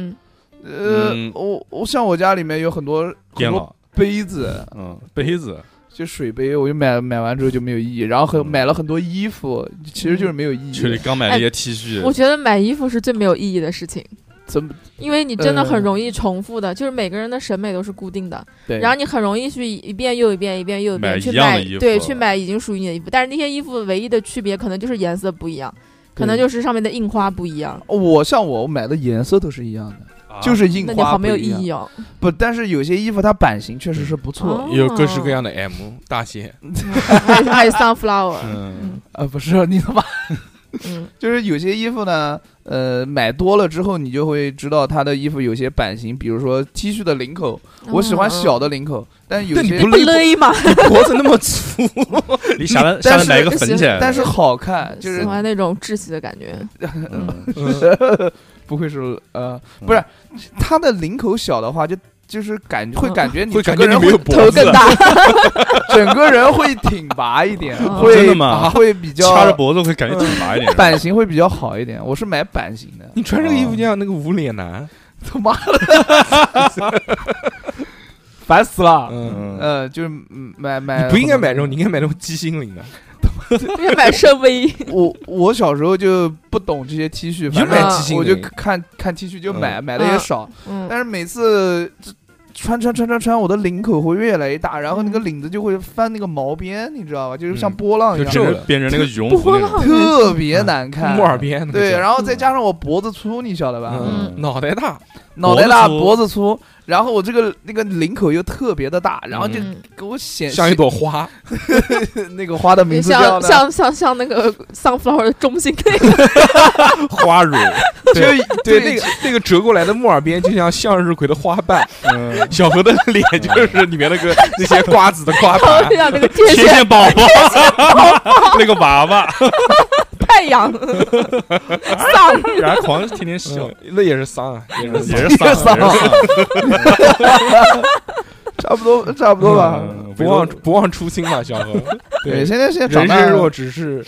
我像我家里面有很多杯子， 杯子就水杯，我就买完之后就没有意义。然后买了很多衣服，其实就是没有意义。 就是刚买那些 T 恤。 我觉得买衣服是最没有意义的事情。 怎么？ 因为你真的很容易重复的，就是每个人的审美都是固定的， 对。 然后你很容易去一遍又一遍去买已经属于你的衣服，但是那些衣服唯一的区别可能就是颜色不一样，可能就是上面的印花不一样。 我买的颜色都是一样的就是印花。 那你好没有意义哦。 不，但是有些衣服它版型确实是不错， 有各式各样的 M 大写， 还有 sunflower。 不是你他妈。就是有些衣服呢，买多了之后，你就会知道它的衣服有些版型，比如说 T 恤的领口，我喜欢小的领口，但有些不勒嘛， 你脖子那么粗， 你下来买一个粉起来， 但是好看，就是喜欢那种窒息的感觉。 不会是不是它的领口小的话，就是会感觉你整个人没有脖子， 头更大， 整个人会挺拔一点， 真的吗？ 会比较掐着脖子会感觉挺拔一点， 版型会比较好一点。我是买版型的。 你穿这个衣服就像那个无脸男， 他妈的，烦死了。就是买， 你不应该买这种，你应该买那种鸡心领的。 应该买深 V。 我小时候就不懂这些 T 恤，反正我就看 T 恤就买的也少，但是每次穿，我的领口会越来越大，然后那个领子就会翻那个毛边，你知道吧？就是像波浪一样， 就变成那个羽绒服， 特别难看。 木耳边对，然后再加上我脖子粗，你晓得吧？ 脑袋大， 脖子粗。然后我那个领口又特别的大，然后就给我显像一朵花， 那个花的名字叫像那个 sunflower 的中心那个花蕊， 对那个折过来的木耳边就像向日葵的花瓣，小何的脸就是里面那些瓜子的瓜盘， 像那个天线宝宝，那个娃娃。 太阳丧， 然后狂天天笑， 那也是丧啊， 也是丧， 差不多吧。 不忘初心嘛，小何。 对，现在长大人生若只是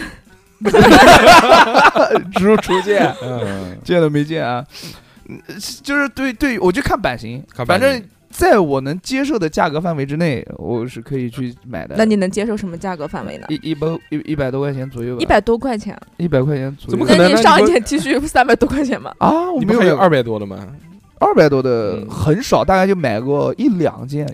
只如初见，见都没见啊。就是对，我就看版型，反正在我能接受的价格范围之内，我是可以去买的。 那你能接受什么价格范围呢 ？100多块钱左右吧。 100多块钱 ？100块钱左右？ 怎么可能？ 那你上一件 T 恤300多块钱吗？ 啊， 你不还有200多的吗 ？200多的很少，大概就买过1-2件。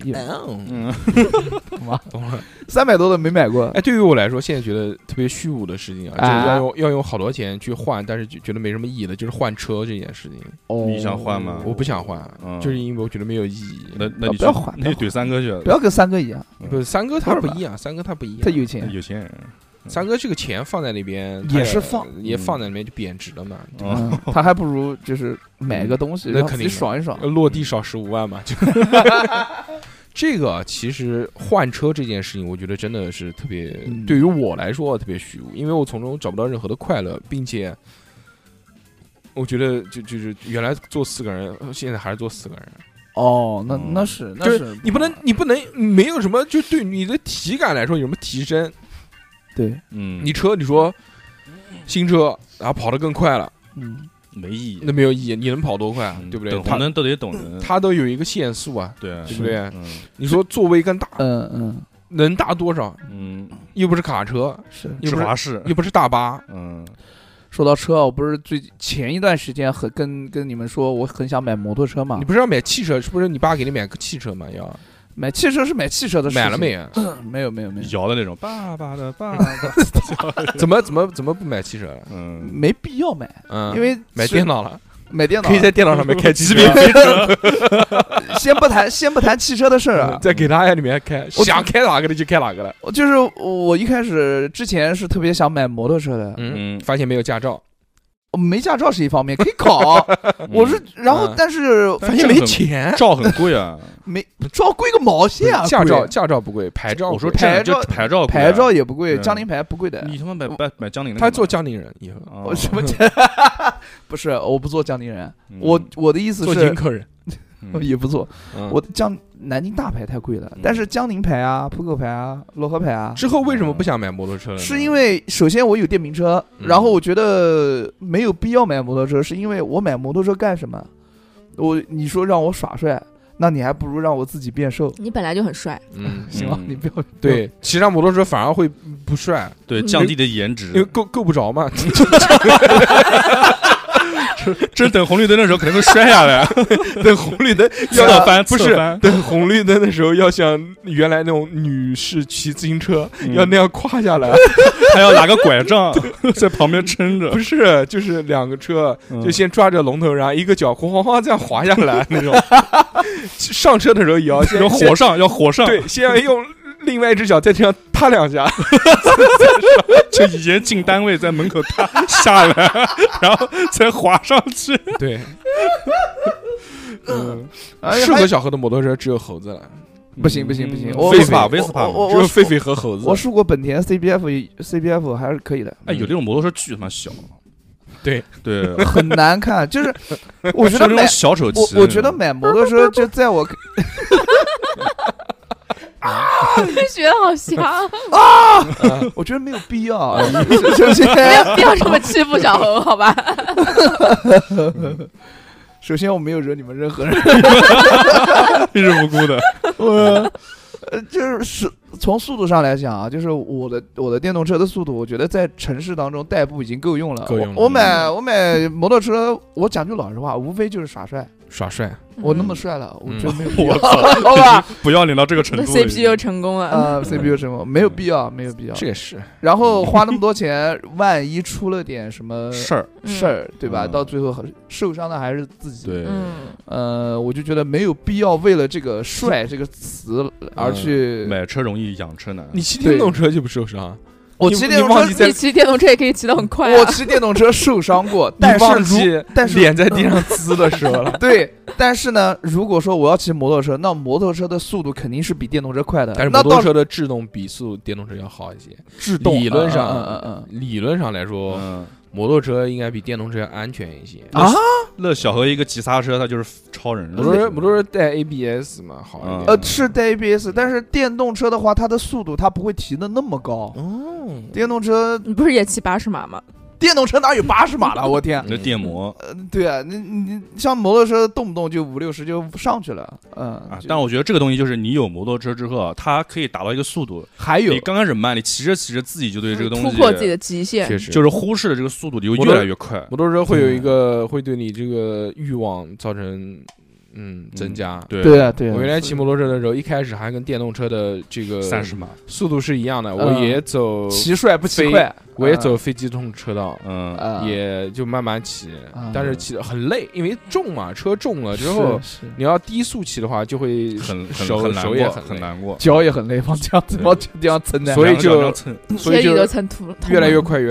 懂了。300多的没买过。 哎，对于我来说，现在觉得特别虚无的事情啊，就是要用好多钱去换，但是觉得没什么意义的，就是换车这件事情。 你想换吗？ 我不想换，就是因为我觉得没有意义。 那你不要换， 那就怼三哥去了。 不要跟三哥一样， 不是三哥他不一样，三哥他不一样， 他有钱人。 三哥这个钱放在那边也放在那边就贬值了嘛。 他还不如就是买个东西， 那肯定爽一爽， 落地少15万嘛。就这个其实换车这件事情，我觉得真的是特别，对于我来说特别虚无，因为我从中找不到任何的快乐，并且我觉得就是原来坐4个人，现在还是坐4个人。 哦，那是你不能没有什么，就对你的体感来说有什么提升？ 对， 你说新车，然后跑得更快了， 没意义， 那没有意义。你能跑多快，对不对？ 懂人都得懂人， 它都有一个限速啊， 对不对？你说座位更大，能大多少？又不是卡车， 是华氏， 又不是大巴， 说到车，我不是前一段时间跟你们说我很想买摩托车嘛？ 你不是要买汽车？是不是你爸给你买个汽车嘛？要买汽车是买汽车的事情， 买了没啊？ 没有， 摇的那种，爸爸的爸爸。 怎么不买汽车了？ 没必要买，因为买电脑了。 买电脑可以在电脑上面开极品飞车。 先不谈汽车的事儿啊， 在给他里面开，想开哪个的就开哪个了。 就是我一开始之前是特别想买摩托车的， 发现没有驾照。 没驾照是一方面，可以考。我是，然后但是发现没钱， 照很贵啊， 没照贵个毛线啊！ 驾照不贵，牌照我说牌照也不贵，江宁牌不贵的。 你他妈买江宁的？ 他做江宁人以后， 我什么？不是，我不做江宁人，我的意思是做京客人。 也不错，我南京大牌太贵了，但是江宁牌啊、浦口牌啊、漯河牌啊。 之后为什么不想买摩托车了？ 是因为首先我有电瓶车，然后我觉得没有必要买摩托车，是因为我买摩托车干什么？你说让我耍帅，那你还不如让我自己变瘦。 你本来就很帅， 行吧，你不要对，骑上摩托车反而会不帅， 对，降低的颜值， 因为够不着嘛。 这等红绿灯的时候可能会摔下来， 等红绿灯侧翻， 不是等红绿灯的时候要像原来那种女士骑自行车要那样跨下来， 还要拿个拐杖在旁边撑着。 不是，就是两个车就先抓着龙头，然后一个脚哗哗哗这样滑下来那种。上车的时候也要先要火上， 对，先要用另外一只脚再这样踏2下， 就以前进单位在门口踏下来，然后再滑上去。 对，适合小何的摩托车只有猴子了。 不行， 威斯帕， 只有狒狒和猴子。 我试过本田 CBF 还是可以的。 哎，有这种摩托车巨他妈小。 对， 很难看，就是我觉得买小手骑， 我觉得买摩托车就在我学的好像我觉得没有必要， 首先没有必要这么欺负小猴，好吧？ 首先我没有惹你们任何人， 你是无辜的。 就是从速度上来讲啊，就是我的电动车的速度，我觉得在城市当中代步已经够用了。我买摩托车，我讲句老实话，无非就是耍帅。我那么帅了，我觉得没有必要， 好吧？ 不要脸到这个程度 ，CPU 成功了 CPU 成功，没有必要。 这也是。 然后花那么多钱，万一出了点什么事儿，对吧？到最后受伤的还是自己。 对， 我就觉得没有必要为了这个帅这个词而去买车容易养车难。 你骑电动车就不受伤？ 我骑电动车， 你骑电动车也可以骑得很快。 我骑电动车受伤过，但是脸在地上呲的时候了。 对，但是呢，如果说我要骑摩托车，那摩托车的速度肯定是比电动车快的。 但是摩托车的制动比电动车要好一些。 制动理论上来说，摩托车应该比电动车安全一些啊。 那小何一个急刹车，他就是超人。 摩托车带 ABS 嘛，好一点。 是带 ABS， 但是电动车的话，它的速度它不会提的那么高。电动车你不是也骑80码吗？ 电动车哪有80码了？我天！ 那电摩。 对啊，你像摩托车动不动就50-60就上去了。 但我觉得这个东西就是你有摩托车之后，它可以达到一个速度。 还有你刚开始慢，你骑着自己就对这个东西突破自己的极限， 确实就是忽视了这个速度，你就越来越快。 摩托车会有一个会对你这个欲望造成增加。 对啊。 我原来骑摩托车的时候，一开始还跟电动车的这个 30码速度是一样的，我也走骑帅不骑快， 我也走非机动车道，也就慢慢骑，但是骑得很累，因为重嘛，车重了之后，你要低速骑的话，就会手也很难过， 脚也很累，往这样蹭的， 所以就都蹭秃了， 越来越快。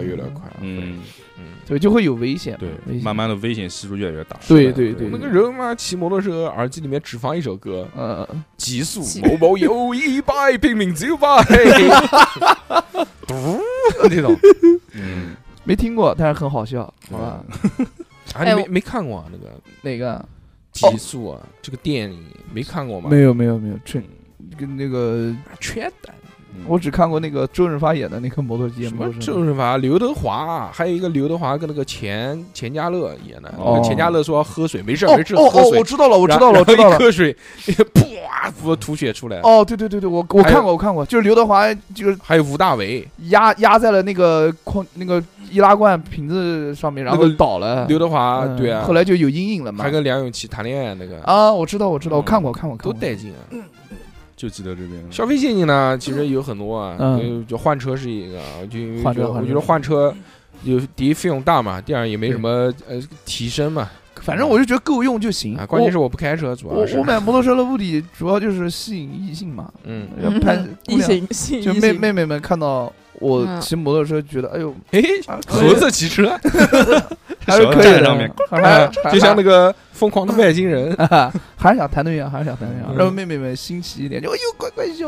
对，就会有危险， 对，慢慢的危险系数越来越大。 对， 那个人嘛，骑摩托车，耳机里面只放一首歌，极速某某有100，拼命900，这种， 没听过，但是很好笑，好吧？ 你没看过那个哪个极速啊？这个电影没看过吗？ 没有，跟那个缺蛋。 我只看过那个周润发演的那个摩托机， 什么周润发、刘德华，还有一个刘德华跟那个钱嘉乐演的。那个钱嘉乐说要喝水，没事喝水。 我知道了， 一喝水，噗，吐血出来。 对，我看过，就是刘德华，就是还有吴大维压在了那个易拉罐瓶子上面，然后倒了。 刘德华对啊， 后来就有阴影了嘛。 还跟梁咏琪谈恋爱那个我知道，我看过， 都带劲啊。 就记得这边消费陷阱呢，其实有很多啊，就换车是一个，我觉得换车有第一费用大嘛，第二也没什么提升嘛， 反正我就觉得够用就行。 关键是我不开车，主要是我买摩托车的目的主要就是吸引异性嘛，要拍异性， 就妹妹们看到我骑摩托车，觉得哎呦， 盒子骑车还是可以上面， 就像那个疯狂的外星人， 还是想谈对象，让妹妹们新奇一点，就哎呦乖小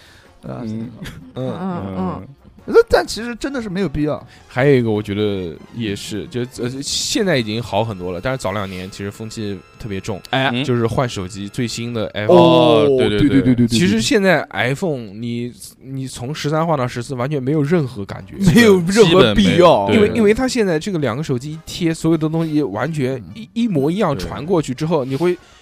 但其实真的是没有必要。 还有一个我觉得也是，就现在已经好很多了，但是早2年其实风气特别重，就是换手机最新的 iPhone。 对。 其实现在 iPhone 你从13换到14，完全没有任何感觉， 没有任何必要， 因为它现在这个2个手机一贴，所有的东西完全一模一样传过去之后，你会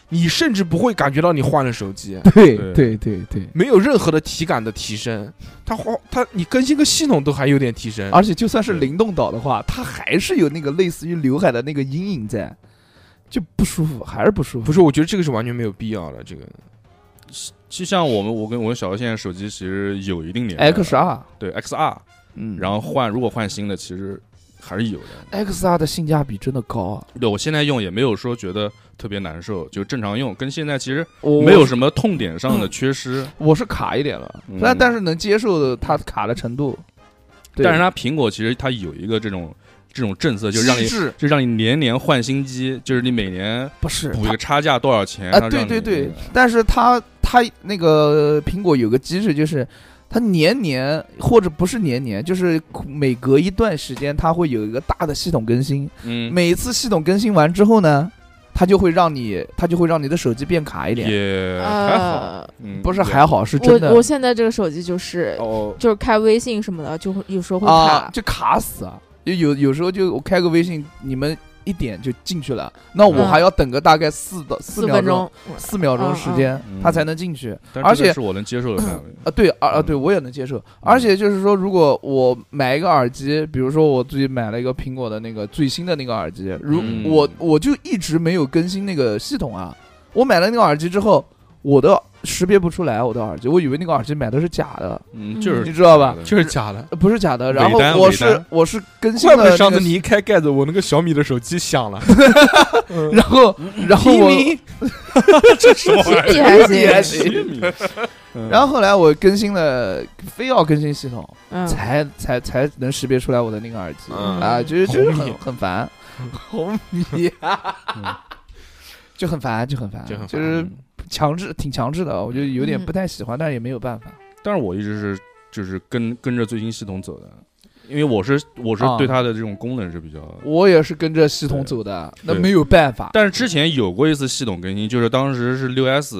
你甚至不会感觉到你换了手机。 对， 没有任何的体感的提升。你更新个系统都还有点提升， 而且就算是灵动岛的话，它还是有那个类似于刘海的那个阴影在，就不舒服，还是不舒服。 不是，我觉得这个是完全没有必要的。这个就像我跟小何现在手机其实有一定年 XR， 对 XR， 然后如果换新的，其实还是有的。 XR 的性价比真的高啊！ 对，我现在用也没有说觉得特别难受，就正常用，跟现在其实没有什么痛点上的缺失。 我是卡一点了，但是能接受的它卡的程度。 但是它苹果其实它有一个这种政策，就让你年年换新机，就是你每年不是补一个差价多少钱啊？对，但是它那个苹果有个机制，就是它年或者不是年，就是每隔一段时间，它会有一个大的系统更新。每一次系统更新完之后呢，它就会让你的手机变卡一点。 也还好， 不是还好，是真的。 我现在这个手机就是开微信什么的，就会有时候会卡， 就卡死啊！有时候就我开个微信，你们一点就进去了，那我还要等个大概4秒钟时间，它才能进去。而且是我能接受的范围啊，对，我也能接受。而且就是说，如果我买一个耳机，比如说我自己买了一个苹果的那个最新的那个耳机，我就一直没有更新那个系统啊。我买了那个耳机之后，我的识别不出来我的耳机，我以为那个耳机买的是假的， 就是你知道吧？ 就是假的， 不是假的。然后我是更新了， 上次你一开盖子，我那个小米的手机响了， 然后我这什么玩意儿？然后后来我更新了，非要更新系统，才能识别出来我的那个耳机啊，就是很烦，红米啊，就很烦，就是挺强制的，我觉得有点不太喜欢，但是也没有办法。 但是我一直是就是跟着最新系统走的，因为我是对它的这种功能是比较， 我也是跟着系统走的，那没有办法。 但是之前有过一次系统更新，就是当时是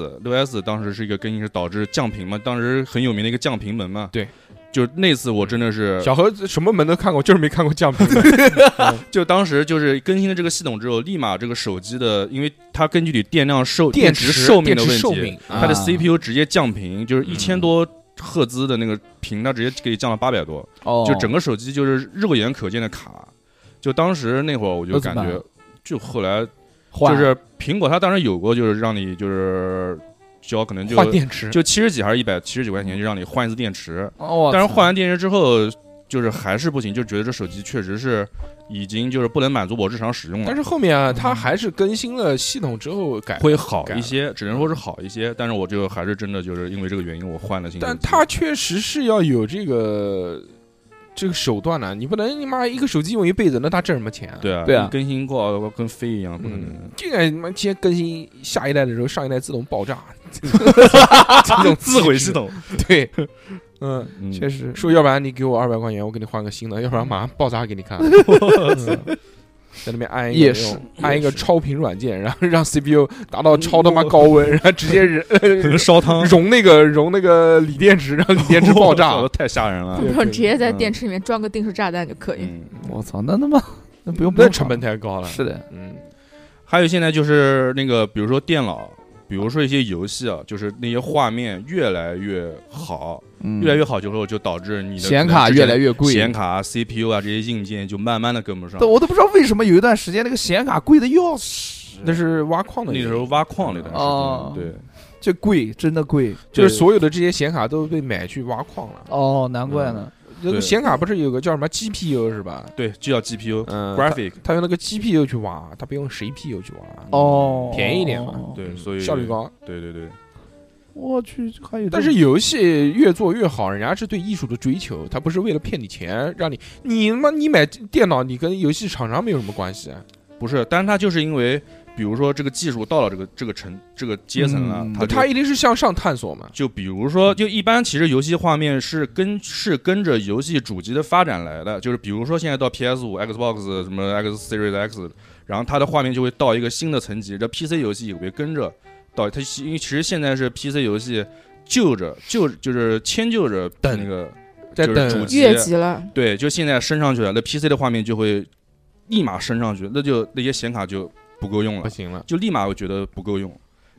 6S 当时是一个更新，是导致降频嘛，当时很有名的一个降频门嘛。 对。 就那次我真的是小何什么门都看过，就是没看过降频门。 就当时就是更新了这个系统之后，立马这个手机的，因为它根据你电池寿命的问题，它的 CPU 直接降频，就是1000多赫兹的那个频，它直接给你降到800多，就整个手机就是肉眼可见的卡。就当时那会儿我就感觉，就后来就是苹果它当时有过，就是让你就是交可能就换电池， 就70几还是170几块钱就让你换一次电池。但是换完电池之后，就是还是不行，就觉得这手机确实是已经就是不能满足我日常使用了。 但是后面啊，它还是更新了系统之后会好一些，只能说是好一些。但是我就还是真的就是因为这个原因，我换了新手机。 但它确实是要有这个手段呢，你不能你妈一个手机用一辈子，那他挣什么钱啊？ 对啊，更新过跟飞一样，不可能。 这个妈先更新下一代的时候，上一代自动爆炸， 这种自毁系统。 对， 确实说要不然你给我200块钱，我给你换个新的，要不然马上爆炸给你看。在那边按一个超频软件，然后让 CPU 达到超他妈高温，然后直接烧汤融那个锂电池，让锂电池爆炸， 太吓人了。 然后直接在电池里面装个定时炸弹就可以。 我操，那不用， 那成本太高了。 是的， 还有现在就是那个，比如说电脑，比如说一些游戏啊，就是那些画面越来越好，越来越好之后，就导致你的显卡越来越贵， 显卡、CPU 啊这些硬件就慢慢的跟不上。 我都不知道为什么有一段时间那个显卡贵的要死， 那是挖矿的那时候挖矿那段时间，对， 这贵，真的贵， 就是所有的这些显卡都被买去挖矿了。 哦，难怪呢。 显卡不是有个叫什么 GPU 是吧？ 对，就叫 GPU，graphic， 他用那个 GPU 去挖，他不用CPU 去挖，便宜一点嘛。 对，所以效率高。 对。 我去，还有。 但是游戏越做越好，人家是对艺术的追求，他不是为了骗你钱，让你买电脑，你跟游戏厂商没有什么关系啊。 不是，但是他就是因为。比如说这个技术到了这个阶层了， 它一定是向上探索嘛。 就比如说，就一般其实游戏画面是跟着游戏主机的发展来的。就是比如说现在到 PS5、Xbox 什么 X Series X， 然后它的画面就会到一个新的层级。这 PC 游戏也会跟着到它，因为其实现在是 PC 游戏就是迁就着那个在等主机越级了。 对，就现在升上去了，那 PC 的画面就会立马升上去，那些显卡就不够用了， 不行了， 就立马会觉得不够用。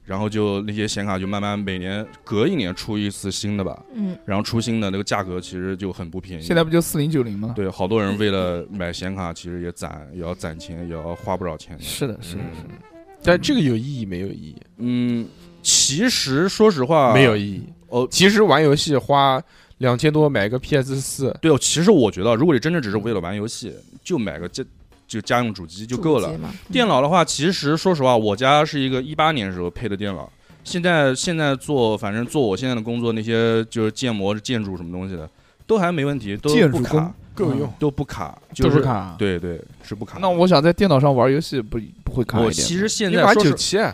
然后就那些显卡就慢慢每年隔一年出一次新的吧，然后出新的那个价格其实就很不便宜。 现在不就4090吗？ 对，好多人为了买显卡，其实也要攒钱，也要花不少钱的。 是的，是的， 但这个有意义没有意义？ 其实说实话没有意义。其实玩游戏花2000多买个 PS4， 对，其实我觉得，如果你真的只是为了玩游戏，就买个就家用主机就够了。电脑的话，其实说实话，我家是一个18年时候配的电脑，现在反正做我现在的工作，那些就是建模、建筑什么东西的，都还没问题，都不卡， 够用， 都不卡， 都不卡。 对，是不卡。 那我想在电脑上玩游戏，不会卡一点。 我其实现在玩97。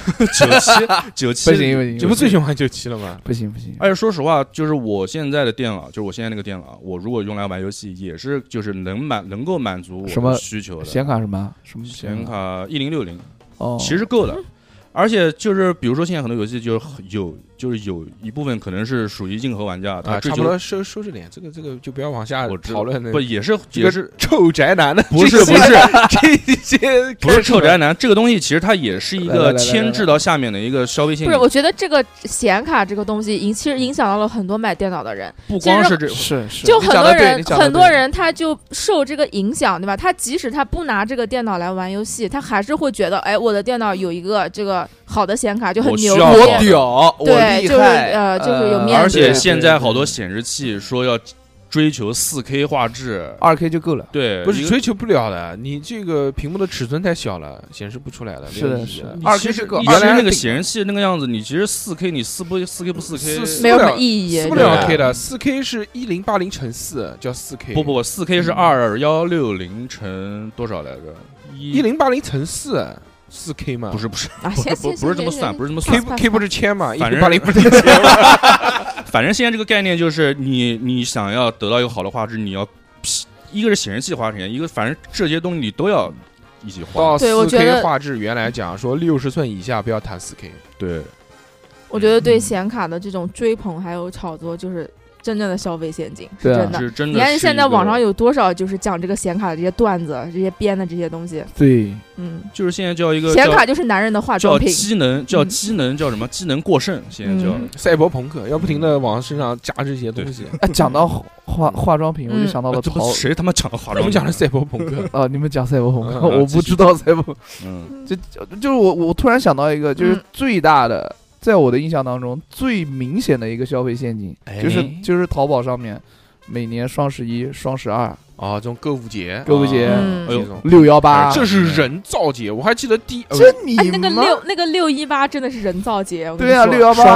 97 不行， 这不最喜欢97了吗？ 不行。 而且说实话，就是我现在的电脑，就是我现在那个电脑，我如果用来玩游戏，也是就是能够满足我的需求的。 显卡什么显卡1060，其实够了。而且就是比如说现在很多游戏就是有一部分可能是属于硬核玩家，他差不多收拾点，这个就不要往下讨论了。 不也是臭宅男的？ 不是这些不是臭宅男，这个东西其实它也是一个牵制到下面的一个消费性。 不是，我觉得这个显卡这个东西其实影响到了很多买电脑的人。 不光是这， 是就很多人他就受这个影响，对吧？他即使他不拿这个电脑来玩游戏，他还是会觉得，哎，我的电脑有一个这个好的显卡就很牛逼， 我屌， 对，就是有面子。 而且现在好多显示器说要追求4K 画质 ，2K 就够了。 对， 不是追求不了的，你这个屏幕的尺寸太小了，显示不出来了。 是的 ，2K 是够。原来那个显示器那个样子，你其实4K 你4K 不 4K 没有什么意义， 不了 K 的，4K 是1080×4叫4K。 不，4K 是2160乘多少来着 ？1080×4。4K 嘛？ 不是，不是这么算，不是这么算。K 不是千嘛 ？1080 不是千。 反正现在这个概念就是，你想要得到一个好的画质，你要一个是显示器花钱，一个反正这些东西你都要一起花。 到 4K 画质，原来讲说60寸以下不要谈 4K。 对， 我觉得对显卡的这种追捧还有炒作，就是真正的消费陷阱，是真的。 是真的。 你看现在网上有多少就是讲这个显卡的这些段子，这些编的这些东西。 对， 就是现在叫一个显卡就是男人的化妆品， 叫机能叫什么？机能过剩，现在叫赛博朋克，要不停的往身上加这些东西。 讲到化妆品，我就想到了谁他妈讲的化妆品？ 我们讲的赛博朋克啊，你们讲赛博朋克，我不知道赛博。就是我突然想到一个，就是最大的。在我的印象当中，最明显的一个消费陷阱，就是淘宝上面每年双11、双12 啊，这种购物节 ，618， 这是人造节。我还记得那个618真的是人造节。 对啊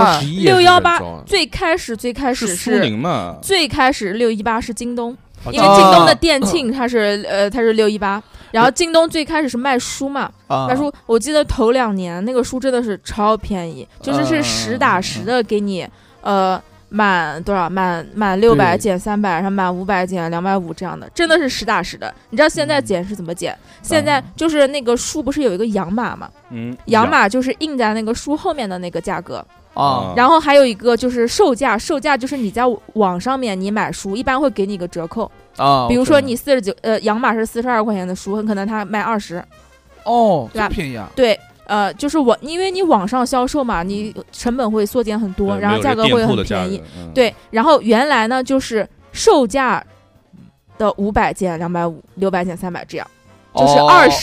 ，618最开始是苏宁嘛？ 最开始618是京东，因为京东的店庆它是618。然后京东最开始是卖书嘛，卖书，我记得头2年那个书真的是超便宜，就是实打实的给你，满多少满600减300，然后满500减250这样的，真的是实打实的。你知道现在减是怎么减？现在就是那个书不是有一个洋码嘛，洋码就是印在那个书后面的那个价格。然后还有一个就是售价就是你在网上面你买书，一般会给你一个折扣。比如说你49，洋码是42块钱的书，很可能他卖20， 对吧？便宜啊！ 对，就是因为你网上销售嘛，你成本会缩减很多，然后价格会很便宜。对，然后原来呢就是售价的500减250，600减300这样。就是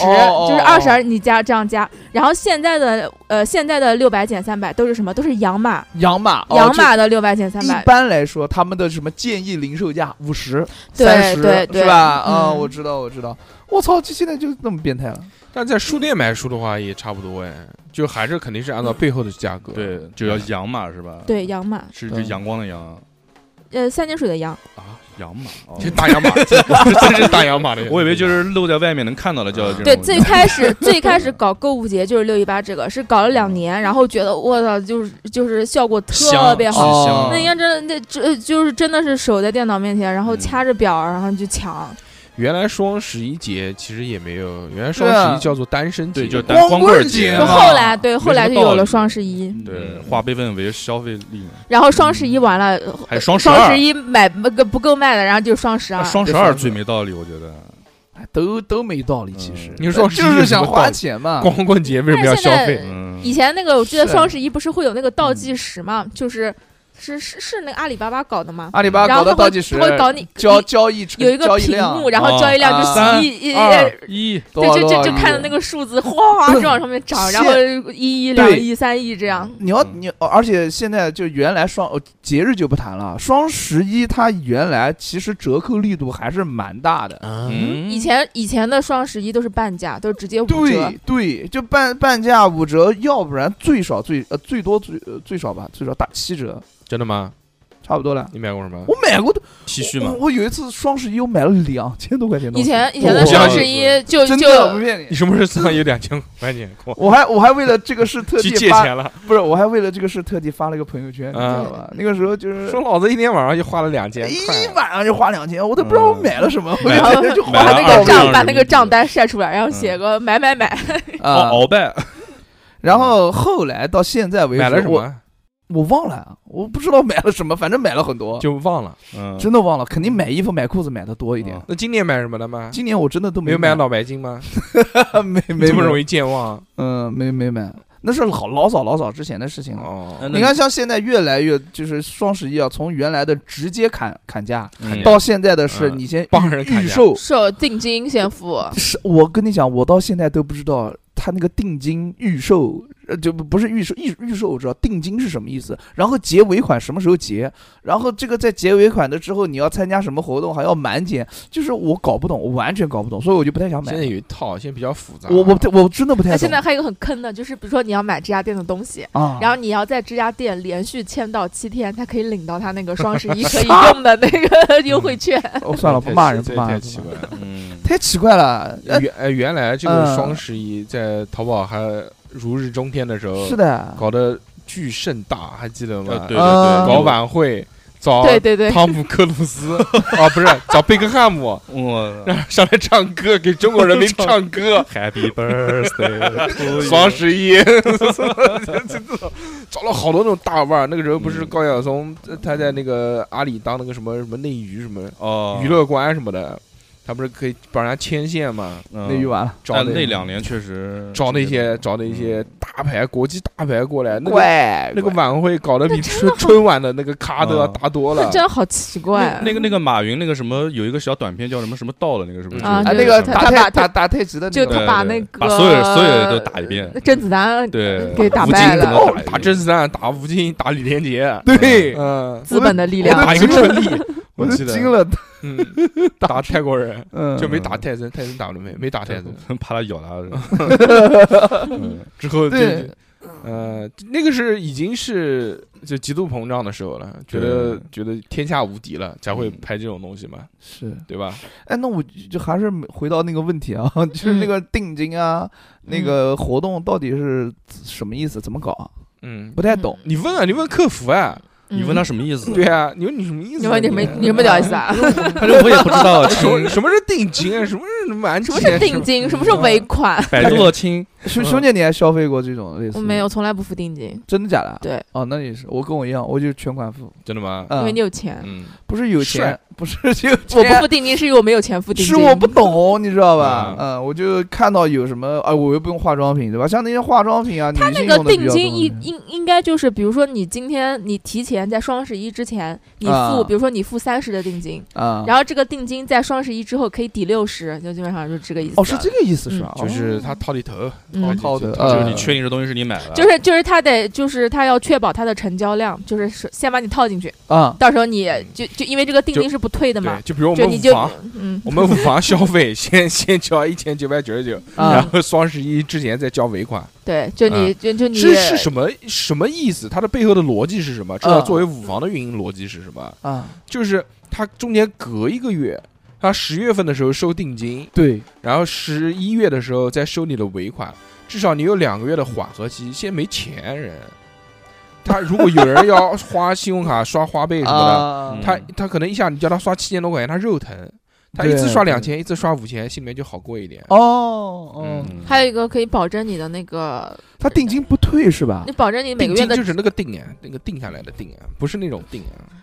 20，你这样加，然后现在的600减300都是什么？都是洋码的600减300。 一般来说，他们的什么建议零售价50、 30， 对，是吧？我知道。我操，这现在就那么变态了。 但在书店买书的话也差不多哎，就还是肯定是按照背后的价格。 对，就叫洋码是吧？ 对，洋码是指阳光的阳。 三点水的阳啊，洋码， 这大洋码，这是大洋码的。 我以为就是露在外面能看到的叫这种。 对，最开始搞购物节就是618这个，是搞了2年，然后觉得我操，就是效果特别好。那天就是真的是守在电脑面前，然后掐着表，然后就抢。 原来双11节其实也没有，原来双11叫做单身节， 就光棍节。 后来就有了双11。 对，化悲愤为消费力。 然后双11完了， 还双 11买不够卖的，然后就双12。 双12最没道理，我觉得。 都没道理，其实你说就是想花钱嘛。 光棍节为什么要消费？ 以前那个我记得双11不是会有那个倒计时嘛，就是那个阿里巴巴搞的吗？ 阿里巴巴搞的倒计时， 会搞你交易有一个屏幕，然后交易量就 1、2、1， 对，就看着那个数字哗哗就往上面涨，然后1亿、2亿、3亿这样。 你而且现在就原来节日就不谈了，双11它原来其实折扣力度还是蛮大的。 以前的双11都是半价，都直接5折。 对，就半价5折，要不然最少最少吧，最少打7折。 真的吗？ 差不多了。 你买过什么？ 我买过的 T 恤嘛。 我有一次双11，我买了2000多块钱。 以前的双11就真的不骗你。 你什么时候身上有2000块钱？ 我还为了这个事特地去借钱了。 不是，我还为了这个事特地发了个朋友圈，你知道吧？那个时候就是说老子一天晚上就花了2000， 一晚上就花2000，我都不知道我买了什么， 然后就把那个账单晒出来，然后写个买鳌拜。 然后后来到现在为止， 买了什么？ 我忘了，我不知道买了什么，反正买了很多， 就忘了， 真的忘了，肯定买衣服买裤子买的多一点。 那今年买什么了吗？ 今年我真的都没有买脑白金吗？ 没这么容易健忘？ 没买，那是老早之前的事情了。你看，像现在越来越就是双11啊，从原来的直接砍价，到现在的是你先帮人预售定金先付。 是我跟你讲，我到现在都不知道他那个定金预售。就不是预售我知道定金是什么意思，然后结尾款什么时候结，然后这个在结尾款的之后你要参加什么活动还要满减，就是我搞不懂，我完全搞不懂，所以我就不太想买。 现在有一套，现在比较复杂。 我真的不太懂。 现在还有一个很坑的，就是比如说你要买这家店的东西，然后你要在这家店连续签到7天，才可以领到他那个双11可以用的那个优惠券。 算了，不骂人， 太奇怪了， 太奇怪了。 原来这个双11在淘宝还如日中天的时候， 是的， 搞得巨盛大，还记得吗？ 对， 搞晚会找汤姆克鲁斯不是找贝克汉姆，上来唱歌，给中国人民唱歌 ，Happy Birthday， 双11，找了好多那种大腕儿。那个时候不是高晓松他在那个阿里当那个什么内娱什么娱乐官什么的。他不是可以帮人家牵线吗？ 内娱完了， 那2年确实找那些大牌国际大牌过来，那个晚会搞得比春晚的那个咖都要大多了， 真的好奇怪。 那个马云那个什么有一个小短片叫什么道了，那个是不是？ 那个打太极的， 就他把那个把所有人都打一遍， 甄子丹对给打败了， 打甄子丹，打吴京，打李连杰， 对， 资本的力量， 打一个春丽， 我都惊了。 打泰国人，就没打泰森，泰森打了没打泰森， 怕他咬他。 之后那个是已经是就极度膨胀的时候了，觉得天下无敌了，才会拍这种东西嘛， 是对吧？ 哎，那我就还是回到那个问题啊，就是那个定金啊，那个活动到底是什么意思？怎么搞啊？不太懂。 你问客服啊。 你问他什么意思？ 对啊，你问你什么意思？ 你问你什么屌意思啊？ 他说我也不知道， 什么是定金啊？什么是完钱？ 什么是定金？什么是尾款？ 百度的亲。 兄弟，你还消费过这种类似？ 我没有，从来不付定金。 真的假的？ 对。 哦，那也是，我跟我一样，我就全款付。 真的吗？ 因为你有钱。 不是有钱，不是有钱。 我不付定金是因为我没有钱付定金。 是我不懂，你知道吧？我就看到有什么我又不用化妆品，对吧？像那些化妆品啊， 他那个定金应该就是，比如说你今天你提前在双11之前，你付，比如说你付30的定金，然后这个定金在双11之后可以抵60，就基本上就是这个意思。 哦，是这个意思是吧？ 就是他套里头， 套的， 就是你确定这东西是你买的， 就是他得，就是他要确保它的成交量，就是先把你套进去到时候你就因为这个定金是不退的嘛， 就比如我们五房消费先交1999，然后双11之前再交尾款。 对，就你是什么意思？它的背后的逻辑是什么？知道作为五房的运营逻辑是什么？就是它中间隔1个月，它10月份的时候收定金， 对， 然后11月的时候再收你的尾款，至少你有2个月的缓和期。现在没钱人，他如果有人要花信用卡刷花呗什么的，他可能一下你叫他刷7000多块钱，他肉疼。他一次刷2000，一次刷5000，心里面就好过一点。 还有一个可以保证你的那个， 他定金不退是吧？ 你保证你每个月的就是那个定啊，那个定下来的定啊，不是那种定啊。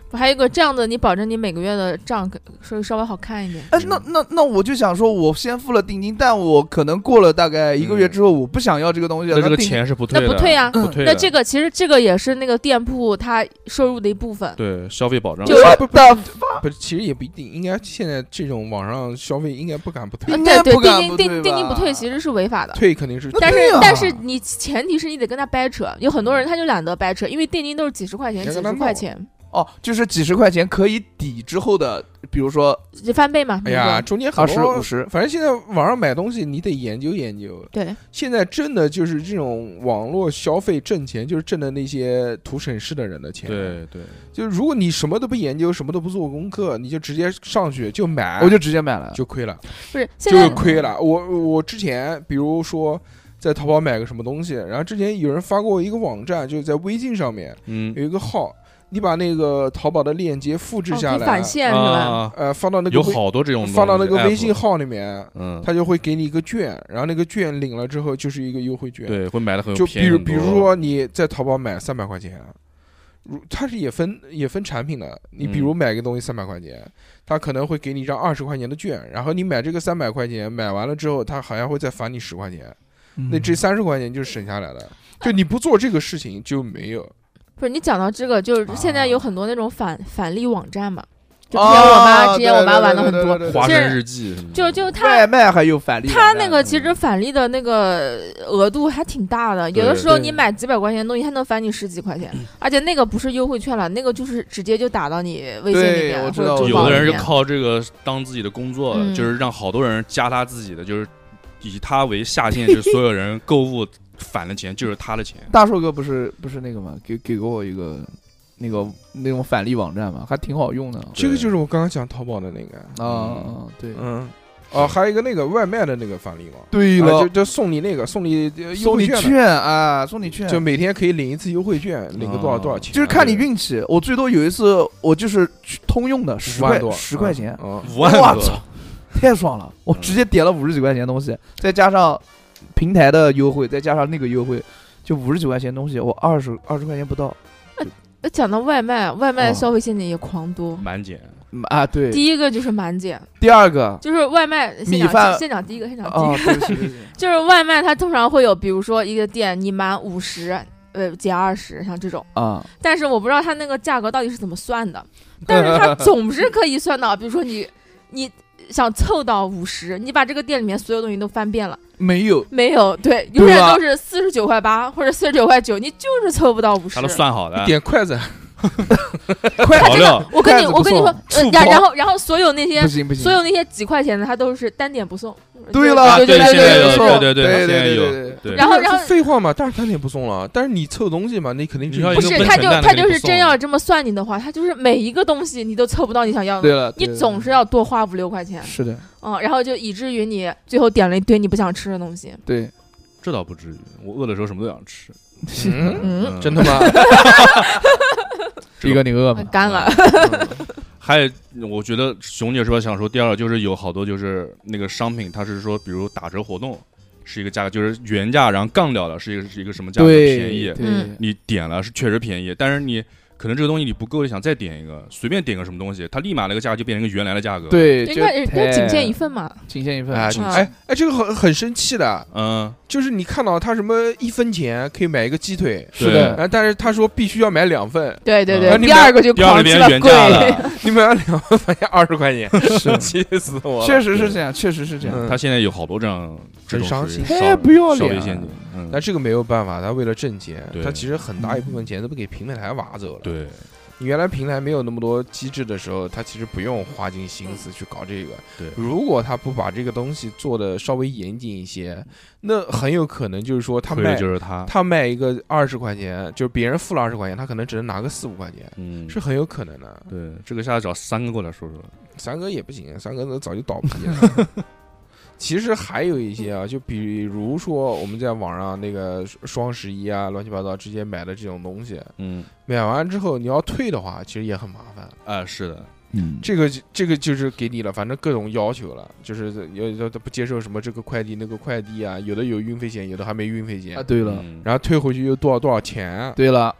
还有一个这样的，你保证你每个月的账稍微好看一点。 哎，那我就想说，我先付了定金，但我可能过了大概1个月之后，我不想要这个东西， 那这个钱是不退的。 那不退啊， 不退。 那这个其实这个也是那个店铺它收入的一部分。 对，消费保障。 不，其实也不一定，应该现在这种网上消费应该不敢不退。 对，定金不退其实是违法的。 退肯定是， 但是你前提是你得跟他掰扯，有很多人他就懒得掰扯，因为定金都是几十块钱、几十块钱。 哦，就是几十块钱可以抵之后的，比如说翻倍嘛。 哎呀，中间很多 20、50， 反正现在网上买东西你得研究研究。 对， 现在挣的就是这种网络消费挣钱，就是挣的那些图省事的人的钱。 对对， 就是如果你什么都不研究，什么都不做功课，你就直接上去就买， 我就直接买了， 就亏了。 不是， 就是亏了。我之前比如说在淘宝买个什么东西，然后之前有人发过一个网站，就是在微信上面，有一个号。你把那个淘宝的链接复制下来， 返现是吧？ 放到那个有好多这种放到那个微信号里面，他就会给你一个券，然后那个券领了之后就是一个优惠券， 对，会买的很就便宜。 比如说你在淘宝买300块钱，它是也分产品的，你比如买个东西300块钱，他可能会给你一张20块钱的券，然后你买这个300块钱，买完了之后，他好像会再返你10块钱，那这30块钱就是省下来的，就你不做这个事情就没有。 不是你讲到这个，就是现在有很多那种返利网站嘛，就之前我妈玩的很多， 花生日记， 就他外卖还有返利， 他那个其实返利的那个额度还挺大的，有的时候你买几百块钱的东西，他能返你10几块钱，而且那个不是优惠券了，那个就是直接就打到你微信里面，或者支付宝里面。 有的人是靠这个当自己的工作，就是让好多人加他自己的，就是以他为下限，就是所有人购物。返的钱就是他的钱。 大硕哥不是那个吗？给过我一个那种返利网站嘛，还挺好用的。 这个就是我刚刚讲淘宝的那个啊，对， 还有一个那个外卖的那个返利网。 对了， 就送你那个送你券啊，送你券， 就每天可以领一次优惠券，领个多少钱， 就是看你运气。我最多有一次，我就是通用的10块钱 ，5万多， 我操，太爽了！我直接点了50几块钱的东西，再加上平台的优惠，再加上那个优惠，就50几块钱东西，我20块钱不到。 讲到外卖消费陷阱也狂多， 满减啊，对， 第一个就是满减， 第二个就是外卖米饭。 先讲第一个，就是外卖它通常会有，比如说一个店你满50。减20，像这种但是我不知道它那个价格到底是怎么算的，但是它总是可以算到，比如说你想凑到50，你把这个店里面所有东西都翻遍了，没有，对，永远都是49块8或者49块9，你就是凑不到50。 他都算好的， 点筷子， 调料。 我跟你说，然后所有那些几块钱的，它都是单点不送。 对了， 对，现在有， 对。 然后废话嘛，当然单点不送了。但是你凑东西嘛，你肯定不是，他就是真要这么算你的话，他就是每一个东西你都凑不到你想要的， 对了， 你总是要多花5、6块钱。 是的， 然后就以至于你最后点了一堆你不想吃的东西。 对， 这倒不至于，我饿的时候什么都想吃。 真的吗？ 逼哥，你饿吗？ 干了。 还有，我觉得熊姐说想说第二个就是有好多就是那个商品，它是说比如打折活动是一个价格，就是原价然后杠掉了是一个什么价格便宜，你点了是确实便宜，但是你可能这个东西你不够，你想再点一个，随便点个什么东西，它立马那个价格就变成一个原来的价格。 对， 应该仅限一份嘛， 仅限一份。 这个很生气的，就是你看到他什么1分钱可以买一个鸡腿， 是的， 但是他说必须要买2份， 对， 第二个就狂起了贵了， 你买了2份发现20块钱，是气死我了。 确实是这样， 他现在有好多这样很伤心， 不要脸， 消费陷阱。 但这个没有办法，他为了挣钱，他其实很大一部分钱都被给平台挖走了。 对， 你原来平台没有那么多机制的时候，他其实不用花尽心思去搞这个。 对， 如果他不把这个东西做的稍微严谨一些，那很有可能就是说他卖一个20块钱，就是别人付了20块钱，他可能只能拿个4、5块钱，是很有可能的。 对，这个下次找3哥过来说说。 3哥也不行，3哥早就倒闭了。其实还有一些啊，就比如说我们在网上那个双11啊，乱七八糟之前买的这种东西，买完之后你要退的话，其实也很麻烦。 是的， 这个就是给你了，反正各种要求了，就是要不接受什么这个快递那个快递啊，有的有运费险，有的还没运费险啊。对了， 然后退回去又多少钱？ 对了。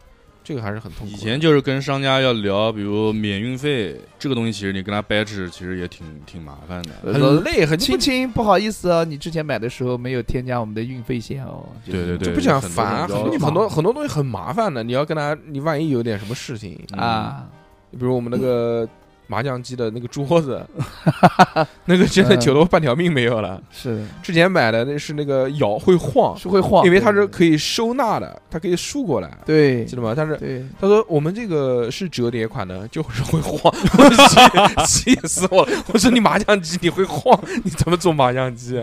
这个还是很痛苦。 以前就是跟商家要聊，比如免运费这个东西，其实你跟他掰扯，其实也挺麻烦的， 很累，很亲亲，不好意思啊，你之前买的时候没有添加我们的运费险哦。 对， 就不想烦，很多东西很麻烦的，你要跟他，你万一有点什么事情啊，比如我们那个麻将机的那个桌子，那个真的久了我半条命没有了。 是之前买的那是那个摇会晃， 是会晃， 因为它是可以收纳的，它可以竖过来。 对， 记得吗？但是对， 他说我们这个是折叠款的，就是会晃，气死我了！我说你麻将机你会晃，你怎么做麻将机？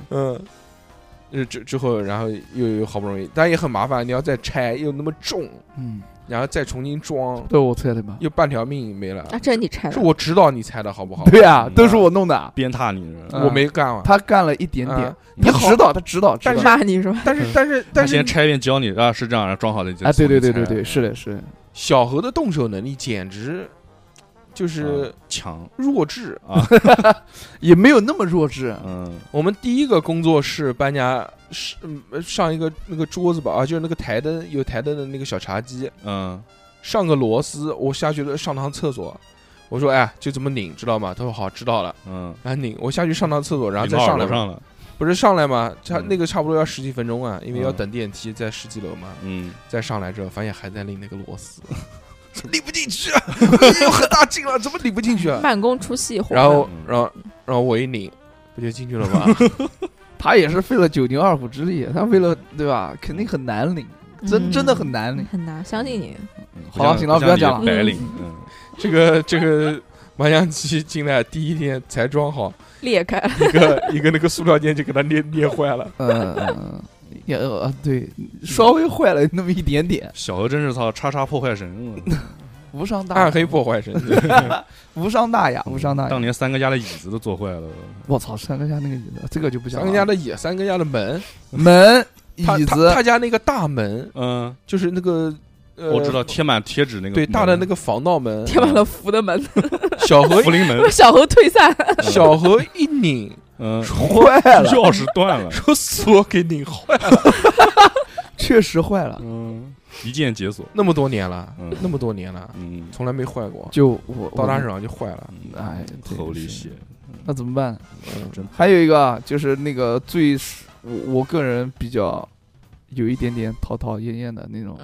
之后，然后又好不容易，但也很麻烦，你要再拆又那么重，然后再重新装， 都是我拆的吗？ 又半条命没了。 啊，这是你拆的？ 是我指导你拆的好不好？ 对啊，都是我弄的， 鞭挞你， 我没干啊， 他干了一点点， 他指导， 但是骂你是吧？ 但是他先拆一遍教你啊，是这样，然后装好了啊，对，是的。 小何的动手能力简直就是强弱智啊，也没有那么弱智。 我们第一个工作室搬家上一个那个桌子吧，啊，就是那个台灯有台灯的那个小茶几，上个螺丝，我下去了上趟厕所，我说哎，就这么拧，知道吗？他说好，知道了。然后拧，我下去上趟厕所，然后再上来了。不是上来嘛？他那个差不多要10几分钟啊，因为要等电梯在10几楼嘛。再上来之后，发现还在拧那个螺丝。拧不进去啊！有很大劲了，怎么拧不进去啊？ 慢工出细活。 然后我一拧，不就进去了吗？ 他也是费了9牛2虎之力，他为了对吧？肯定很难拧，真的很难拧， 很难。相信你。 好了，行了，不要讲了。 白领， 这个麻将机进来第一天才装好， 裂开一个那个塑料件就给它捏坏了。 也对，稍微坏了那么一点点。 小何真是操叉叉破坏神， 无伤大雅， 暗黑破坏神， 无伤大雅。 当年3个家的椅子都做坏了。 我操，3个家那个椅子，这个就不讲了。 3个家的椅，3个家的门， 椅子， 他家那个大门，就是那个。 我知道贴满贴纸那个， 对，大的那个防盗门， 贴满了符的门， 小何福临门， 小何退散， 小何一拧， 坏了， 钥匙断了， 说锁给拧坏了， 确实坏了， 一键解锁， 那么多年了，从来没坏过， 就我到他手上就坏了， 哎， 头里血， 那怎么办？还有一个就是那个我个人比较。有一点点讨讨厌厌的那种，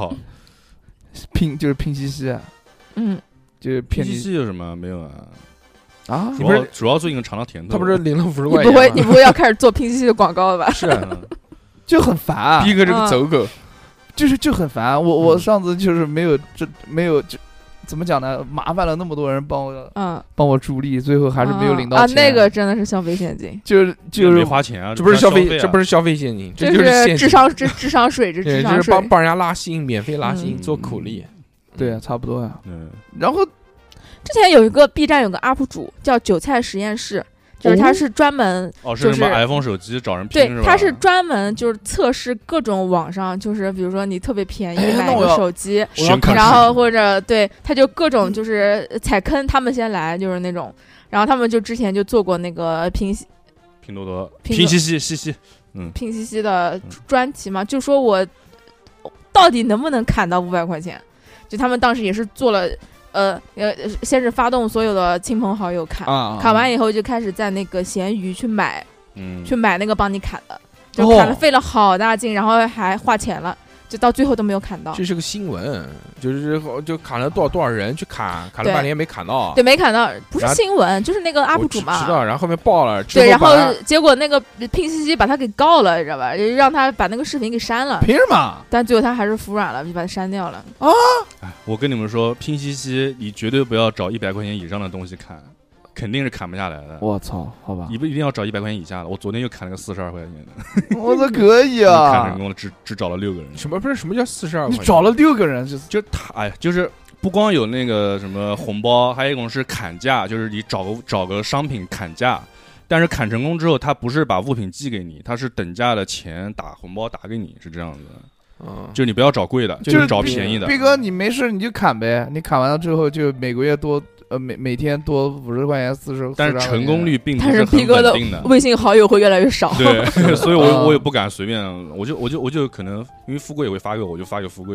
就是拼夕夕，就是拼夕夕有什么没有啊？ 啊， 主要最近尝到甜头， 他不是领了50块钱？ 你不会要开始做拼夕夕的广告了吧？ 是， 就很烦。 逼哥这个走狗， 就很烦。我上次就是没有就。怎么讲呢？麻烦了那么多人帮我助力，最后还是没有领到钱。 那个真的是消费陷阱， 就是没花钱啊！ 这不是消费，这不是消费陷阱，这就是智商税，这智商税。 这是帮人家拉新，免费拉新，做苦力。 对啊，差不多呀。然后之前有一个 B 站有个 UP 主叫韭菜实验室。就是他是专门是什么 iPhone 手机找人拼对，他是专门就是测试各种网上，就是比如说你特别便宜买一个手机，然后或者对他就各种就是踩坑，他们先来就是那种，然后他们就之前就做过那个拼多多拼夕夕拼夕夕的专题嘛，就说我到底能不能砍到500块钱，就他们当时也是做了。先是发动所有的亲朋好友砍完以后就开始在那个闲鱼去买那个帮你砍的，就砍了费了好大劲，然后还花钱了，就到最后都没有砍到。 这是个新闻，就砍了多少人去砍了半天没砍到。 对，没砍到，不是新闻，就是那个 UP 主嘛。 知道，然后后面爆了。 对，然后结果那个拼夕夕把他给告了，知道吧？让他把那个视频给删了。 凭什么？ 但最后他还是服软了，就把它删掉了。啊！ 我跟你们说，拼夕夕你绝对不要找100块钱以上的东西砍。肯定是砍不下来的。 我操，好吧， 你不一定要找100块钱以下的。我昨天又砍了个42块钱的。 我操，可以啊！ 砍成功了，只找了6个人。 什么不是什么叫42块钱？ 你找了6个人， 就他哎，就是不光有那个什么红包，还有一种是砍价，就是你找个商品砍价。但是砍成功之后，他不是把物品寄给你，他是等价的钱打红包打给你，是这样子的。就你不要找贵的，就是找便宜的。 毕哥，你没事你就砍呗，你砍完了之后就每个月多。每天多50块钱40， 但是成功率并不是很稳定的。 微信好友会越来越少。 对，所以我也不敢随便，我就可能因为富贵也会发给我，就发给富贵，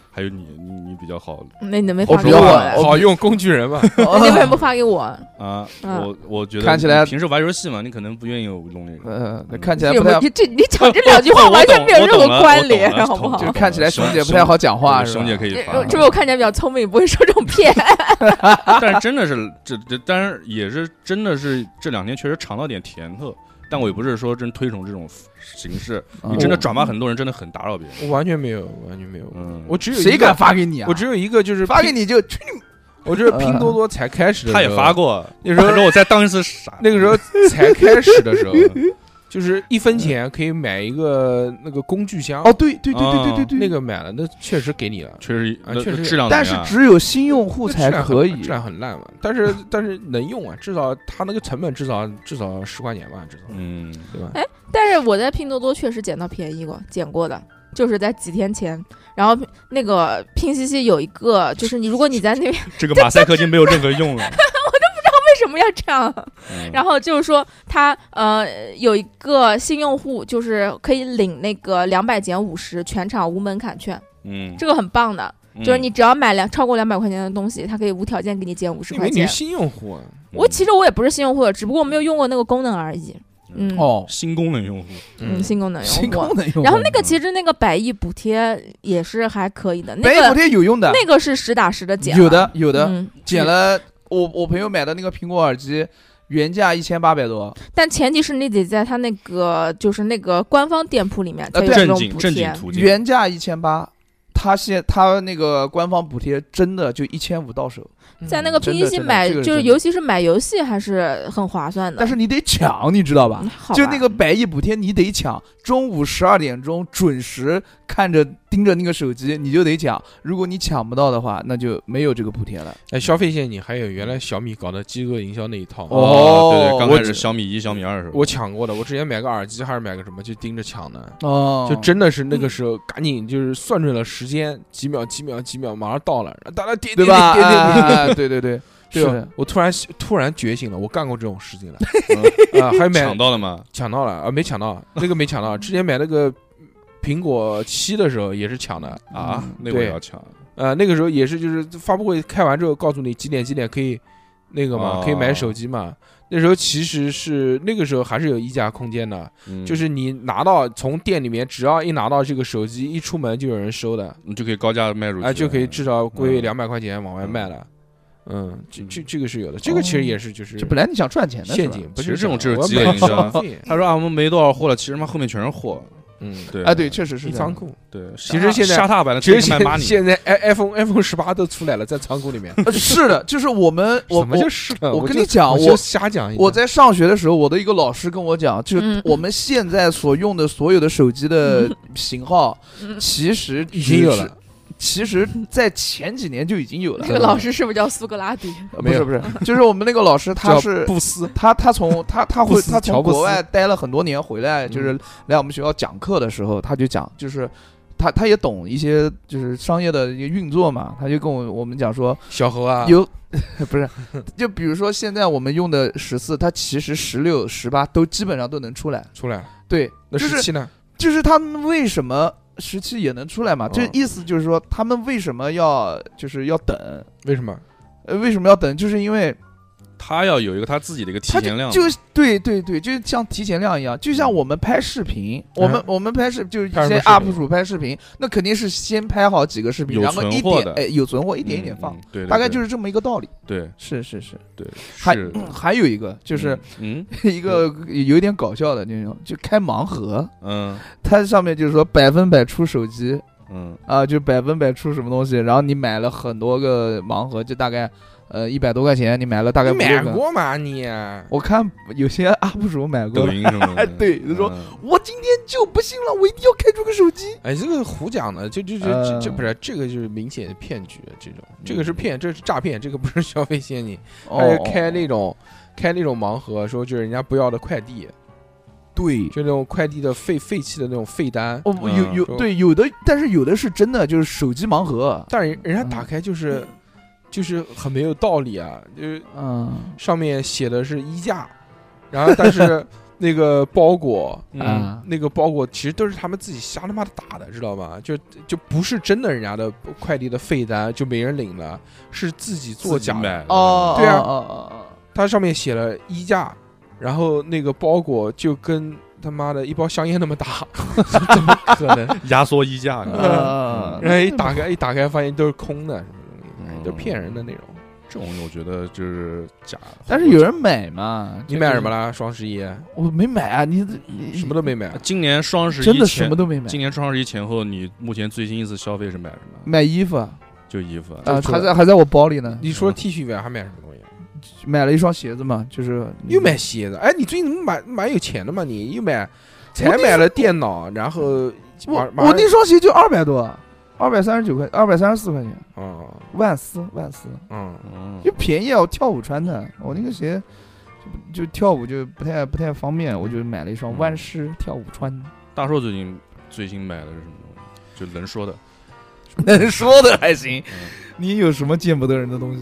还有你比较好。 那你怎么没发给我？ 好用工具人嘛？ 你为什么不发给我啊？我觉得看起来平时玩游戏嘛，你可能不愿意弄那个。 看起来不太。 你讲这2句话完全没有任何关联，好不好？ 就看起来熊姐不太好讲话， 熊姐可以发。 是不是我看起来比较聪明，不会受这种骗？ 但是真的是当然也是真的是这2天确实尝到点甜头。但我也不是说真推崇这种形式，你真的转发很多人，真的很打扰别人。 我完全没有。我只有谁敢发给你啊？ 我只有一个，就是发给你就我这拼多多才开始的时候， 他也发过。 那时候我再当一次傻。 那个时候才开始的时候，就是1分钱可以买一个那个工具箱。 哦，对， 那个买了，那确实给你了， 确实质量， 但是只有新用户才可以， 质量很烂嘛。但是能用啊，至少它那个成本至少10块钱吧，至少，对吧？ 哎，但是我在拼多多确实捡到便宜过，捡过的。就是在几天前，然后那个拼夕夕有一个，就是如果你在那边， 这个马赛克已经没有任何用了，我都不知道为什么要这样。然后就是说，他有一个新用户，就是可以领那个200减50全场无门槛券，这个很棒的，就是你只要买超过200块钱的东西，他可以无条件给你减50块钱。 你是新用户啊？ 其实我也不是新用户，只不过我没有用过那个功能而已。 新功能用户， 新功能用户。然后那个其实那个100亿补贴也是还可以的，那个 100亿补贴有用的， 那个是实打实的减， 有的减了。我朋友买的那个苹果耳机原价1800多， 但前提是你得在他那个就是那个官方店铺里面才有这种补贴， 原价1800。他那个官方补贴真的就1500到手， 在那个拼夕夕买，就是尤其是买游戏还是很划算的。 但是你得抢，你知道吧？就那个100亿补贴你得抢，中午12点钟准时盯着那个手机，你就得抢。如果你抢不到的话，那就没有这个补贴了。 哎，消费陷阱还有原来小米搞的饥饿营销那一套。 对，刚开始小米1、小米2的时候， 我抢过的。我之前买个耳机还是买个什么，就盯着抢的。就真的是那个时候赶紧就是算准了时间，几秒，马上到了，大家点， 对吧？对。 是我突然觉醒了，我干过这种事情了。还买抢到了吗？ 抢到了啊，没抢到，那个没抢到。之前买那个苹果7的时候也是抢的啊，那个也要抢。 那个时候也是，就是发布会开完之后告诉你几点可以那个嘛，可以买手机嘛。那时候其实是那个时候还是有议价空间的，就是你拿到从店里面，只要一拿到这个手机，一出门就有人收的， 你就可以高价卖出去， 就可以至少贵200块钱往外卖了。这个是有的，这个其实也是就是， 本来你想赚钱的陷阱， 其实这种就是积累营销。他说我们没多少货了，其实后面全是货。对， 对，确实是仓库。 对， 其实现在沙塔版的， 其实现在 iPhone 18都出来了，在仓库里面。 是的，就是我就是我跟你讲， 我瞎讲。 我在上学的时候，我的一个老师跟我讲，就是我们现在所用的所有的手机的型号，其实已经有了。 其实，在前几年就已经有了。 这个老师是不是叫苏格拉底？ 不是，就是我们那个老师，他是布斯， 他从国外待了很多年回来，就是来我们学校讲课的时候，他就讲，就是他也懂一些就是商业的一个运作嘛，他就跟我们讲说， 小猴啊， 不是，就比如说现在我们用的14，它其实16、18都基本上都能出来。对， 那17呢？ 就是他们为什么17也能出来嘛？这意思就是说，他们为什么要等？ 为什么？ 为什么要等？就是因为他要有一个他自己的一个提前量。 对，就像提前量一样，就像我们拍视频，我们拍视就是一些 UP 主拍视频，那肯定是先拍好几个视频，然后有存货一点一点放， 对， 大概就是这么一个道理。 对， 是， 对。 还有一一个就是一个有一点搞笑的那种，就开盲盒，它上面就是说100%出手机，就100%出什么东西，然后你买了很多个盲盒，就大概100多块钱，你买了大概5-6个。 买过吗你？ 我看有些 UP 主买过。 抖音什么的。 对，他说我今天就不信了，我一定要开出个手机。 哎，这个胡讲的，这不是这个就是明显的骗局，这个是骗，这是诈骗，这个不是消费陷阱。还是开那种盲盒，说就是人家不要的快递。 对， 就那种快递的废弃的那种废单。 有的，但是有的是真的，就是手机盲盒， 但人家打开就是很没有道理啊，就是上面写的是衣架，然后但是那个包裹那个包裹其实都是他们自己瞎他妈的打的，知道吗？就不是真的人家的快递的废单就没人领了，是自己做假的。对啊，它上面写了衣架，然后那个包裹就跟他妈的一包香烟那么大，怎么可能？ 压缩衣架， 然后一打开发现都是空的，什么东西都骗人的那种。 这种我觉得就是假的， 但是有人买嘛？ 你买什么了？双11？ 我没买啊，你什么都没买。 今年双11 真的什么都没买。 今年双11前后，你目前最新一次消费是买什么？ 买衣服， 就衣服啊，还在我包里呢。 你说 T 恤以外还买什么东西？ 买了一双鞋子嘛，就是又买鞋子。哎，你最近怎么蛮有钱的嘛？你又才买了电脑，然后我那双鞋就200多。239块，234块钱万斯，就便宜啊！我跳舞穿的，我那个鞋就跳舞就不太方便，我就买了一双万仕跳舞穿。 大硕最新买的是什么东西？就能说的， 能说的还行。你有什么见不得人的东西？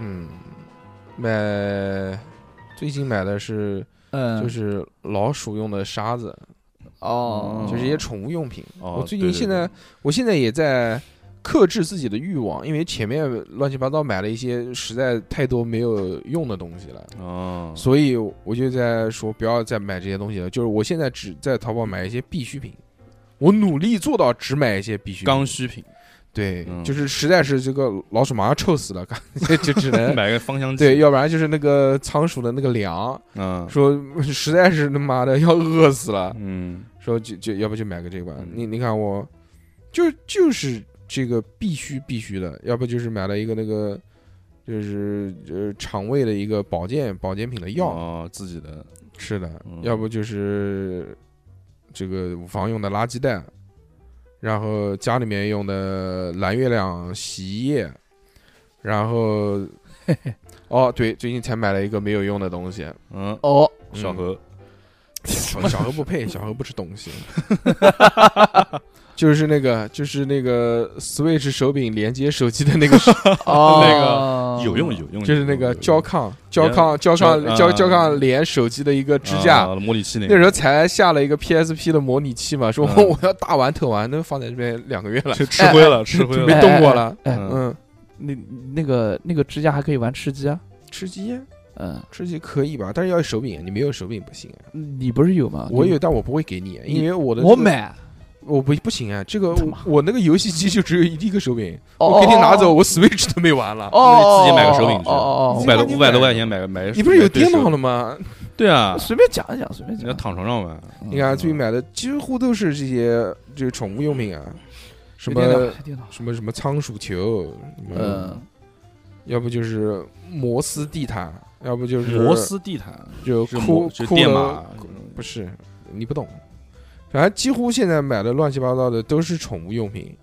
最近买的是就是老鼠用的沙子。就是一些宠物用品。我最近我现在也在克制自己的欲望，因为前面乱七八糟买了一些实在太多没有用的东西了。所以我就在说不要再买这些东西了。就是我现在只在淘宝买一些必需品，我努力做到只买一些必需品、 刚需品。 对，就是实在是这个老鼠马上臭死了，就只能买个芳香剂。 对，要不然就是那个仓鼠的那个粮，说实在是他妈的要饿死了，说就要不就买个这个吧。你看我，就是这个必须的，要不就是买了一个那个就是肠胃的一个保健品的药， 自己的吃的，要不就是这个乳房用的垃圾袋。然后家里面用的蓝月亮洗衣液，然后对，最近才买了一个没有用的东西， 小何不配，小何不吃东西，就是那个 Switch 手柄连接手机的那个那个有用， 就是那个胶抗连手机的一个支架模拟器。那时候才下了一个 PSP 的模拟器嘛，说我要大玩特玩，那放在这边2个月了， 就吃灰了， 没动过了。 那个支架还可以玩吃鸡啊？ 吃鸡。吃鸡可以吧，但是要有手柄，你没有手柄不行。 你不是有吗？ 我有，但我不会给你，因为我的我买。 我不行啊！这个我那个游戏机就只有一个手柄，我给你拿走，我 Switch 都没玩了。 自己买个手柄去，500多块钱买。 你不是有电脑了吗？ 对啊， 随便讲一讲，随便讲。 你要躺床上玩。 你看最近买的几乎都是这些宠物用品啊，什么仓鼠球，要不就是摩斯地毯，要不就是摩斯地毯， 就电马， 不是你不懂。反正几乎现在买的乱七八糟的都是宠物用品，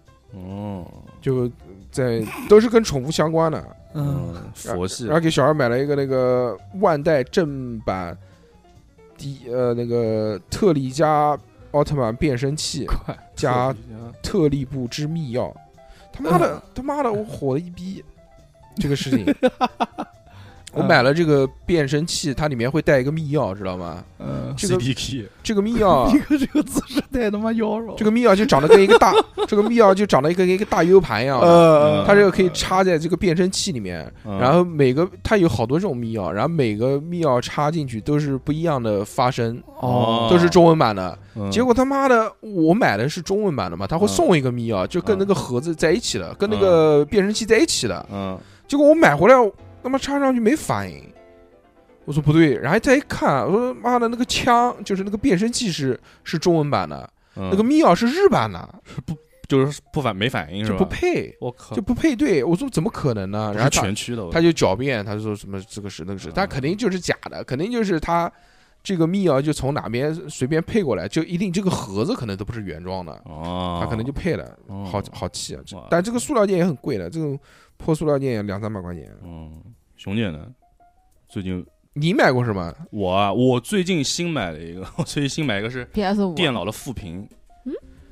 都是跟宠物相关的， 佛系。 然后给小孩买了一个那个万代正版那个特利迦奥特曼变身器加特利布之秘药，他妈的我火了一逼这个事情。我买了这个变身器，它里面会带一个秘药，知道吗？ CDK 这个秘药， 这个姿势太他妈妖娆。 这个秘药就长得跟一个大，这个秘药就长得跟一个大 U 盘一样。它这个可以插在这个变身器里面，然后它有好多这种秘药，然后每个秘药插进去都是不一样的发声，都是中文版的。结果他妈的，我买的是中文版的嘛，他会送一个秘药，就跟那个盒子在一起的，跟那个变身器在一起的。结果我买回来。他妈插上去没反应，我说不对，然后再一看，我说妈的那个枪就是那个变身器是中文版的，那个密钥是日版的， 就是没反应是吧？ 就不配，我靠，就不配对。我说怎么可能呢？然后全区的， 他就狡辩，他就说什么这个是那个是，他肯定就是假的，肯定就是他这个密钥就从哪边随便配过来，就一定这个盒子可能都不是原装的，他可能就配了，好气啊！但这个塑料件也很贵的，这种破塑料件也200-300块钱。 熊姐呢？最近你买过什么？ 我最近新买了一个，我最近新买一个是 PS5 电脑的副屏。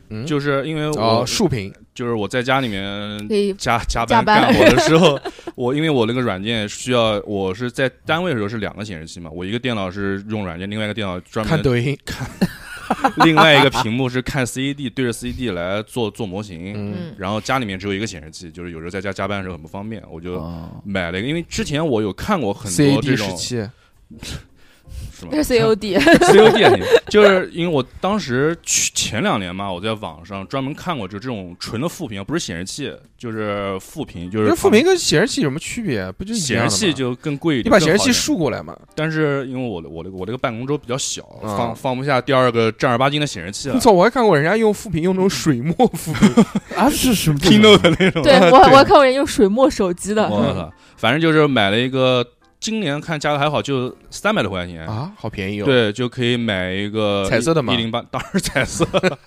就是因为我竖屏， 就是我在家里面加班干活的时候，因为我那个软件需要，我是在单位的时候是2个显示器嘛，我一个电脑是用软件，另外一个电脑专门看抖音看。另外一个屏幕是看 CAD， 对着 CAD 来做模型，然后家里面只有一个显示器，就是有时候在家加班的时候很不方便，我就买了一个，因为之前我有看过很多这种 CAD 是吗？这是 COD 就是因为我当时前2年嘛，我在网上专门看过就这种纯的副屏，不是显示器，就是副屏，就是副屏跟显示器有什么区别？不就一样的吗？ 显示器就更贵一点， 你把显示器竖过来嘛。 但是因为我这个办公桌比较小，放不下第2个正儿八经的显示器了。 操！我还看过人家用副屏用那种水墨副屏啊，是什么 Keynote 的那种？ 对我还看过人用水墨手机的。 反正就是买了一个。今年看价格还好，就300多块钱啊，好便宜哦！ 对，就可以买一个彩色的嘛 ，108，当然彩色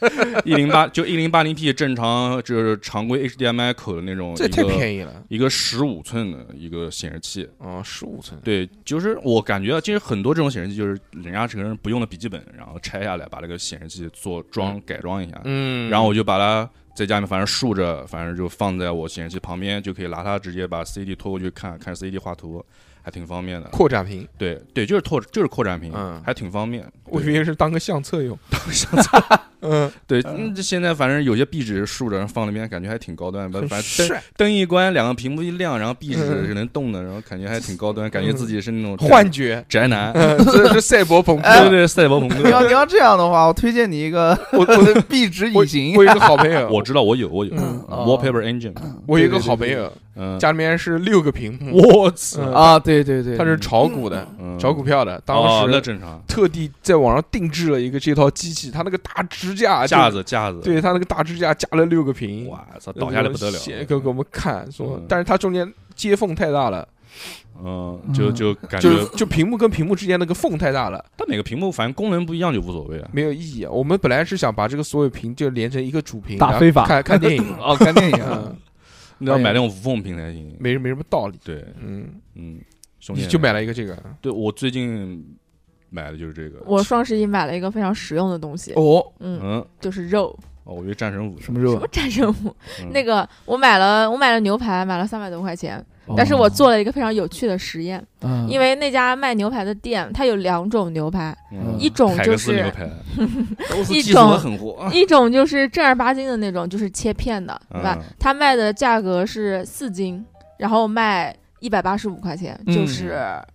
，108就1080P 正常就是常规 HDMI 口的那种， 这太便宜了， 一个15寸的一个显示器 15寸， 对，就是我感觉其实很多这种显示器就是人家这个人不用的笔记本，然后拆下来把这个显示器改装一下，然后我就把它在家里面反正竖着，反正就放在我显示器旁边，就可以拿它直接把 CD 拖过去看 CD 画图。还挺方便的， 扩展屏， 对，就是扩展屏，还挺方便。 我以为是当个相册用， 对，现在反正有些壁纸竖着放那边，感觉还挺高端。反正灯一关，2个屏幕一亮，然后壁纸是能动的，然后感觉还挺高端，感觉自己是那种幻觉宅男， 这是赛博朋克， 对，赛博朋克。 你要这样的话，我推荐你一个我的壁纸隐形。 我有一个好朋友， 我知道我有 Wallpaper Engine， 我有一个好朋友，家里面是6个屏幕， 我操啊！对， 他是炒股的，炒股票的，当时那正常， 特地在网上定制了一个这套机器，他那个大支架子， 对他那个大支架加了6个屏， 哇操，倒下来不得了， 给我们看说，但是它中间接缝太大了， 就感觉就屏幕跟屏幕之间那个缝太大了， 但每个屏幕反正功能不一样就无所谓啊， 没有意义啊。我们本来是想把这个所有屏就连成一个主屏， 打非法看电影看电影， 你要买那种无缝屏才行， 没什么道理。 对， 你就买了一个这个？ 对，我最近买的就是这个。 我双11买了一个非常实用的东西就是肉。 我以为战神5， 什么肉？ 什么战神5？那个我买了牛排，买了300多块钱。但是我做了一个非常有趣的实验，因为那家卖牛排的店，它有2种牛排，一种就是一种就是正儿八经的那种，就是切片的，对吧？它卖的价格是4斤，然后卖185块钱，就是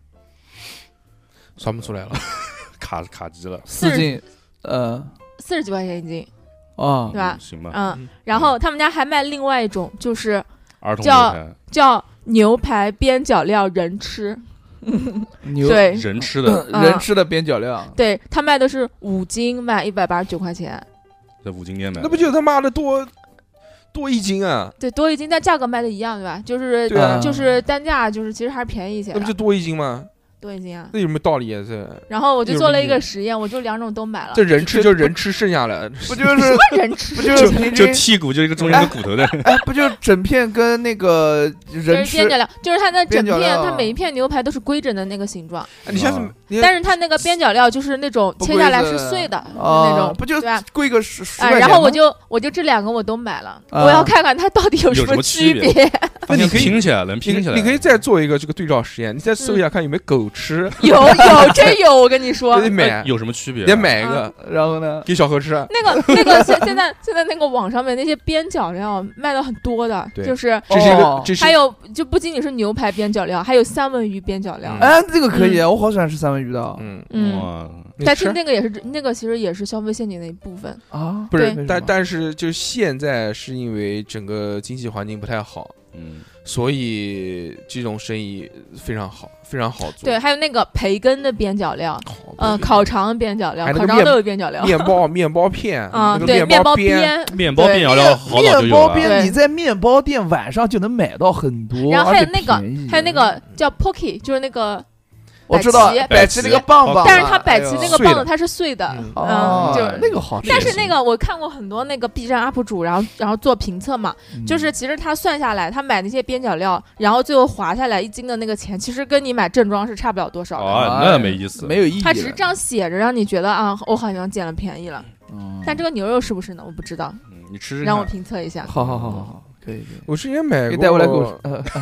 算不出来了， 卡机了 ，4斤 ，40几块钱一斤，对吧？ 行吧， 然后他们家还卖另外一种，就是儿童叫牛排边角料人吃，对， 人吃的边角料， 对，他卖的是5斤，卖189块钱， 在5金店买， 那不就他妈的多1斤啊？ 对，多1斤，但价格卖的一样，对吧？就是单价就是其实还是便宜一些， 那不就多1斤吗？ 多1斤啊？ 那有什么道理啊？这然后我就做了一个实验，我就2种都买了。 这人吃就人吃剩下了， 不就是什么人吃？ 不就是就剔骨，就一个中间的骨头的。 不就整片跟那个人吃边角料，就是它的整片，它每一片牛排都是规整的那个形状。 你像是， 但是它那个边角料就是那种切下来是碎的那种， 不就贵个10块钱？ 然后我就这2个我都买了，我要看看它到底有什么区别。 那你可以拼起来，能拼起来。 你可以再做一个这个对照实验，你再搜一下看有没有狗吃。 真有，我跟你说， 你买有什么区别？ 你买一个， 然后呢， 给小何吃。 那个现在那个网上面那些边角料卖的很多的，就是还有就不仅仅是牛排边角料，还有三文鱼边角料。 这个可以，我好喜欢吃三文鱼的。 但是那个其实也是消费陷阱的一部分啊， 不是？但是就现在是因为整个经济环境不太好，所以这种生意非常好，非常好做。 对，还有那个培根的边角料，烤肠的边角料，烤肠都有边角料。 面包片对，面包边角料好早就有了。 面包边你在面包店晚上就能买到很多， 然后还有那个叫 Pocky， 就是那个。 我知道百奇那个棒棒， 但是它百奇那个棒子它是碎的， 就是那个好吃。 但是那个我看过很多那个 B 站 UP 主，然后做评测嘛，就是其实他算下来，他买那些边角料，然后最后划下来1斤的那个钱，其实跟你买正装是差不了多少的。 那没意思， 没有意义。 他只是这样写着，让你觉得啊，我好像捡了便宜了。 但这个牛肉是不是呢？我不知道。 你吃让我评测一下。 好，可以。 我之前买过， 带过来给我。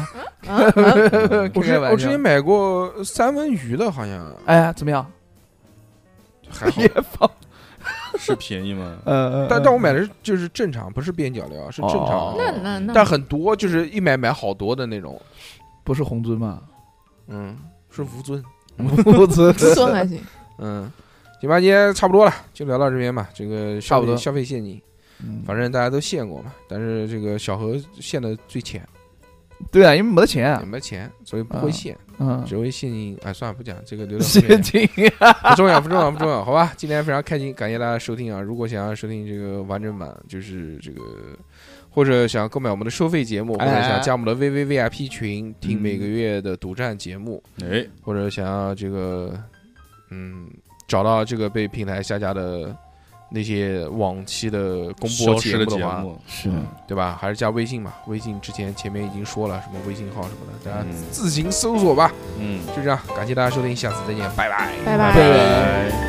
我之前买过三文鱼的，好像。 哎呀，怎么样？ 还好。 是便宜吗？ 但我买的就是正常，不是边角料，是正常。 那但很多就是一买好多的那种， 不是红尊吗？ 是吴尊。 吴尊还行。 行吧，今天差不多了，就聊到这边吧。这个差不多消费陷阱。反正大家都陷过嘛，但是这个小何陷的最浅。 对啊，因为没钱， 没钱，所以不会陷。只会陷进。哎，算了，不讲这个，留到陷进， 不重要，好吧？今天非常开心，感谢大家收听啊！如果想要收听这个完整版，就是这个，或者想要购买我们的收费节目，或者想加我们的 VVVIP 群，听每个月的独占节目，或者想要这个，找到这个被平台下架的。那些往期的公播节目的话， 是对吧？还是加微信吧。微信前面已经说了什么微信号什么的，大家自行搜索吧。就这样，感谢大家收听，下次再见，拜拜， 拜拜。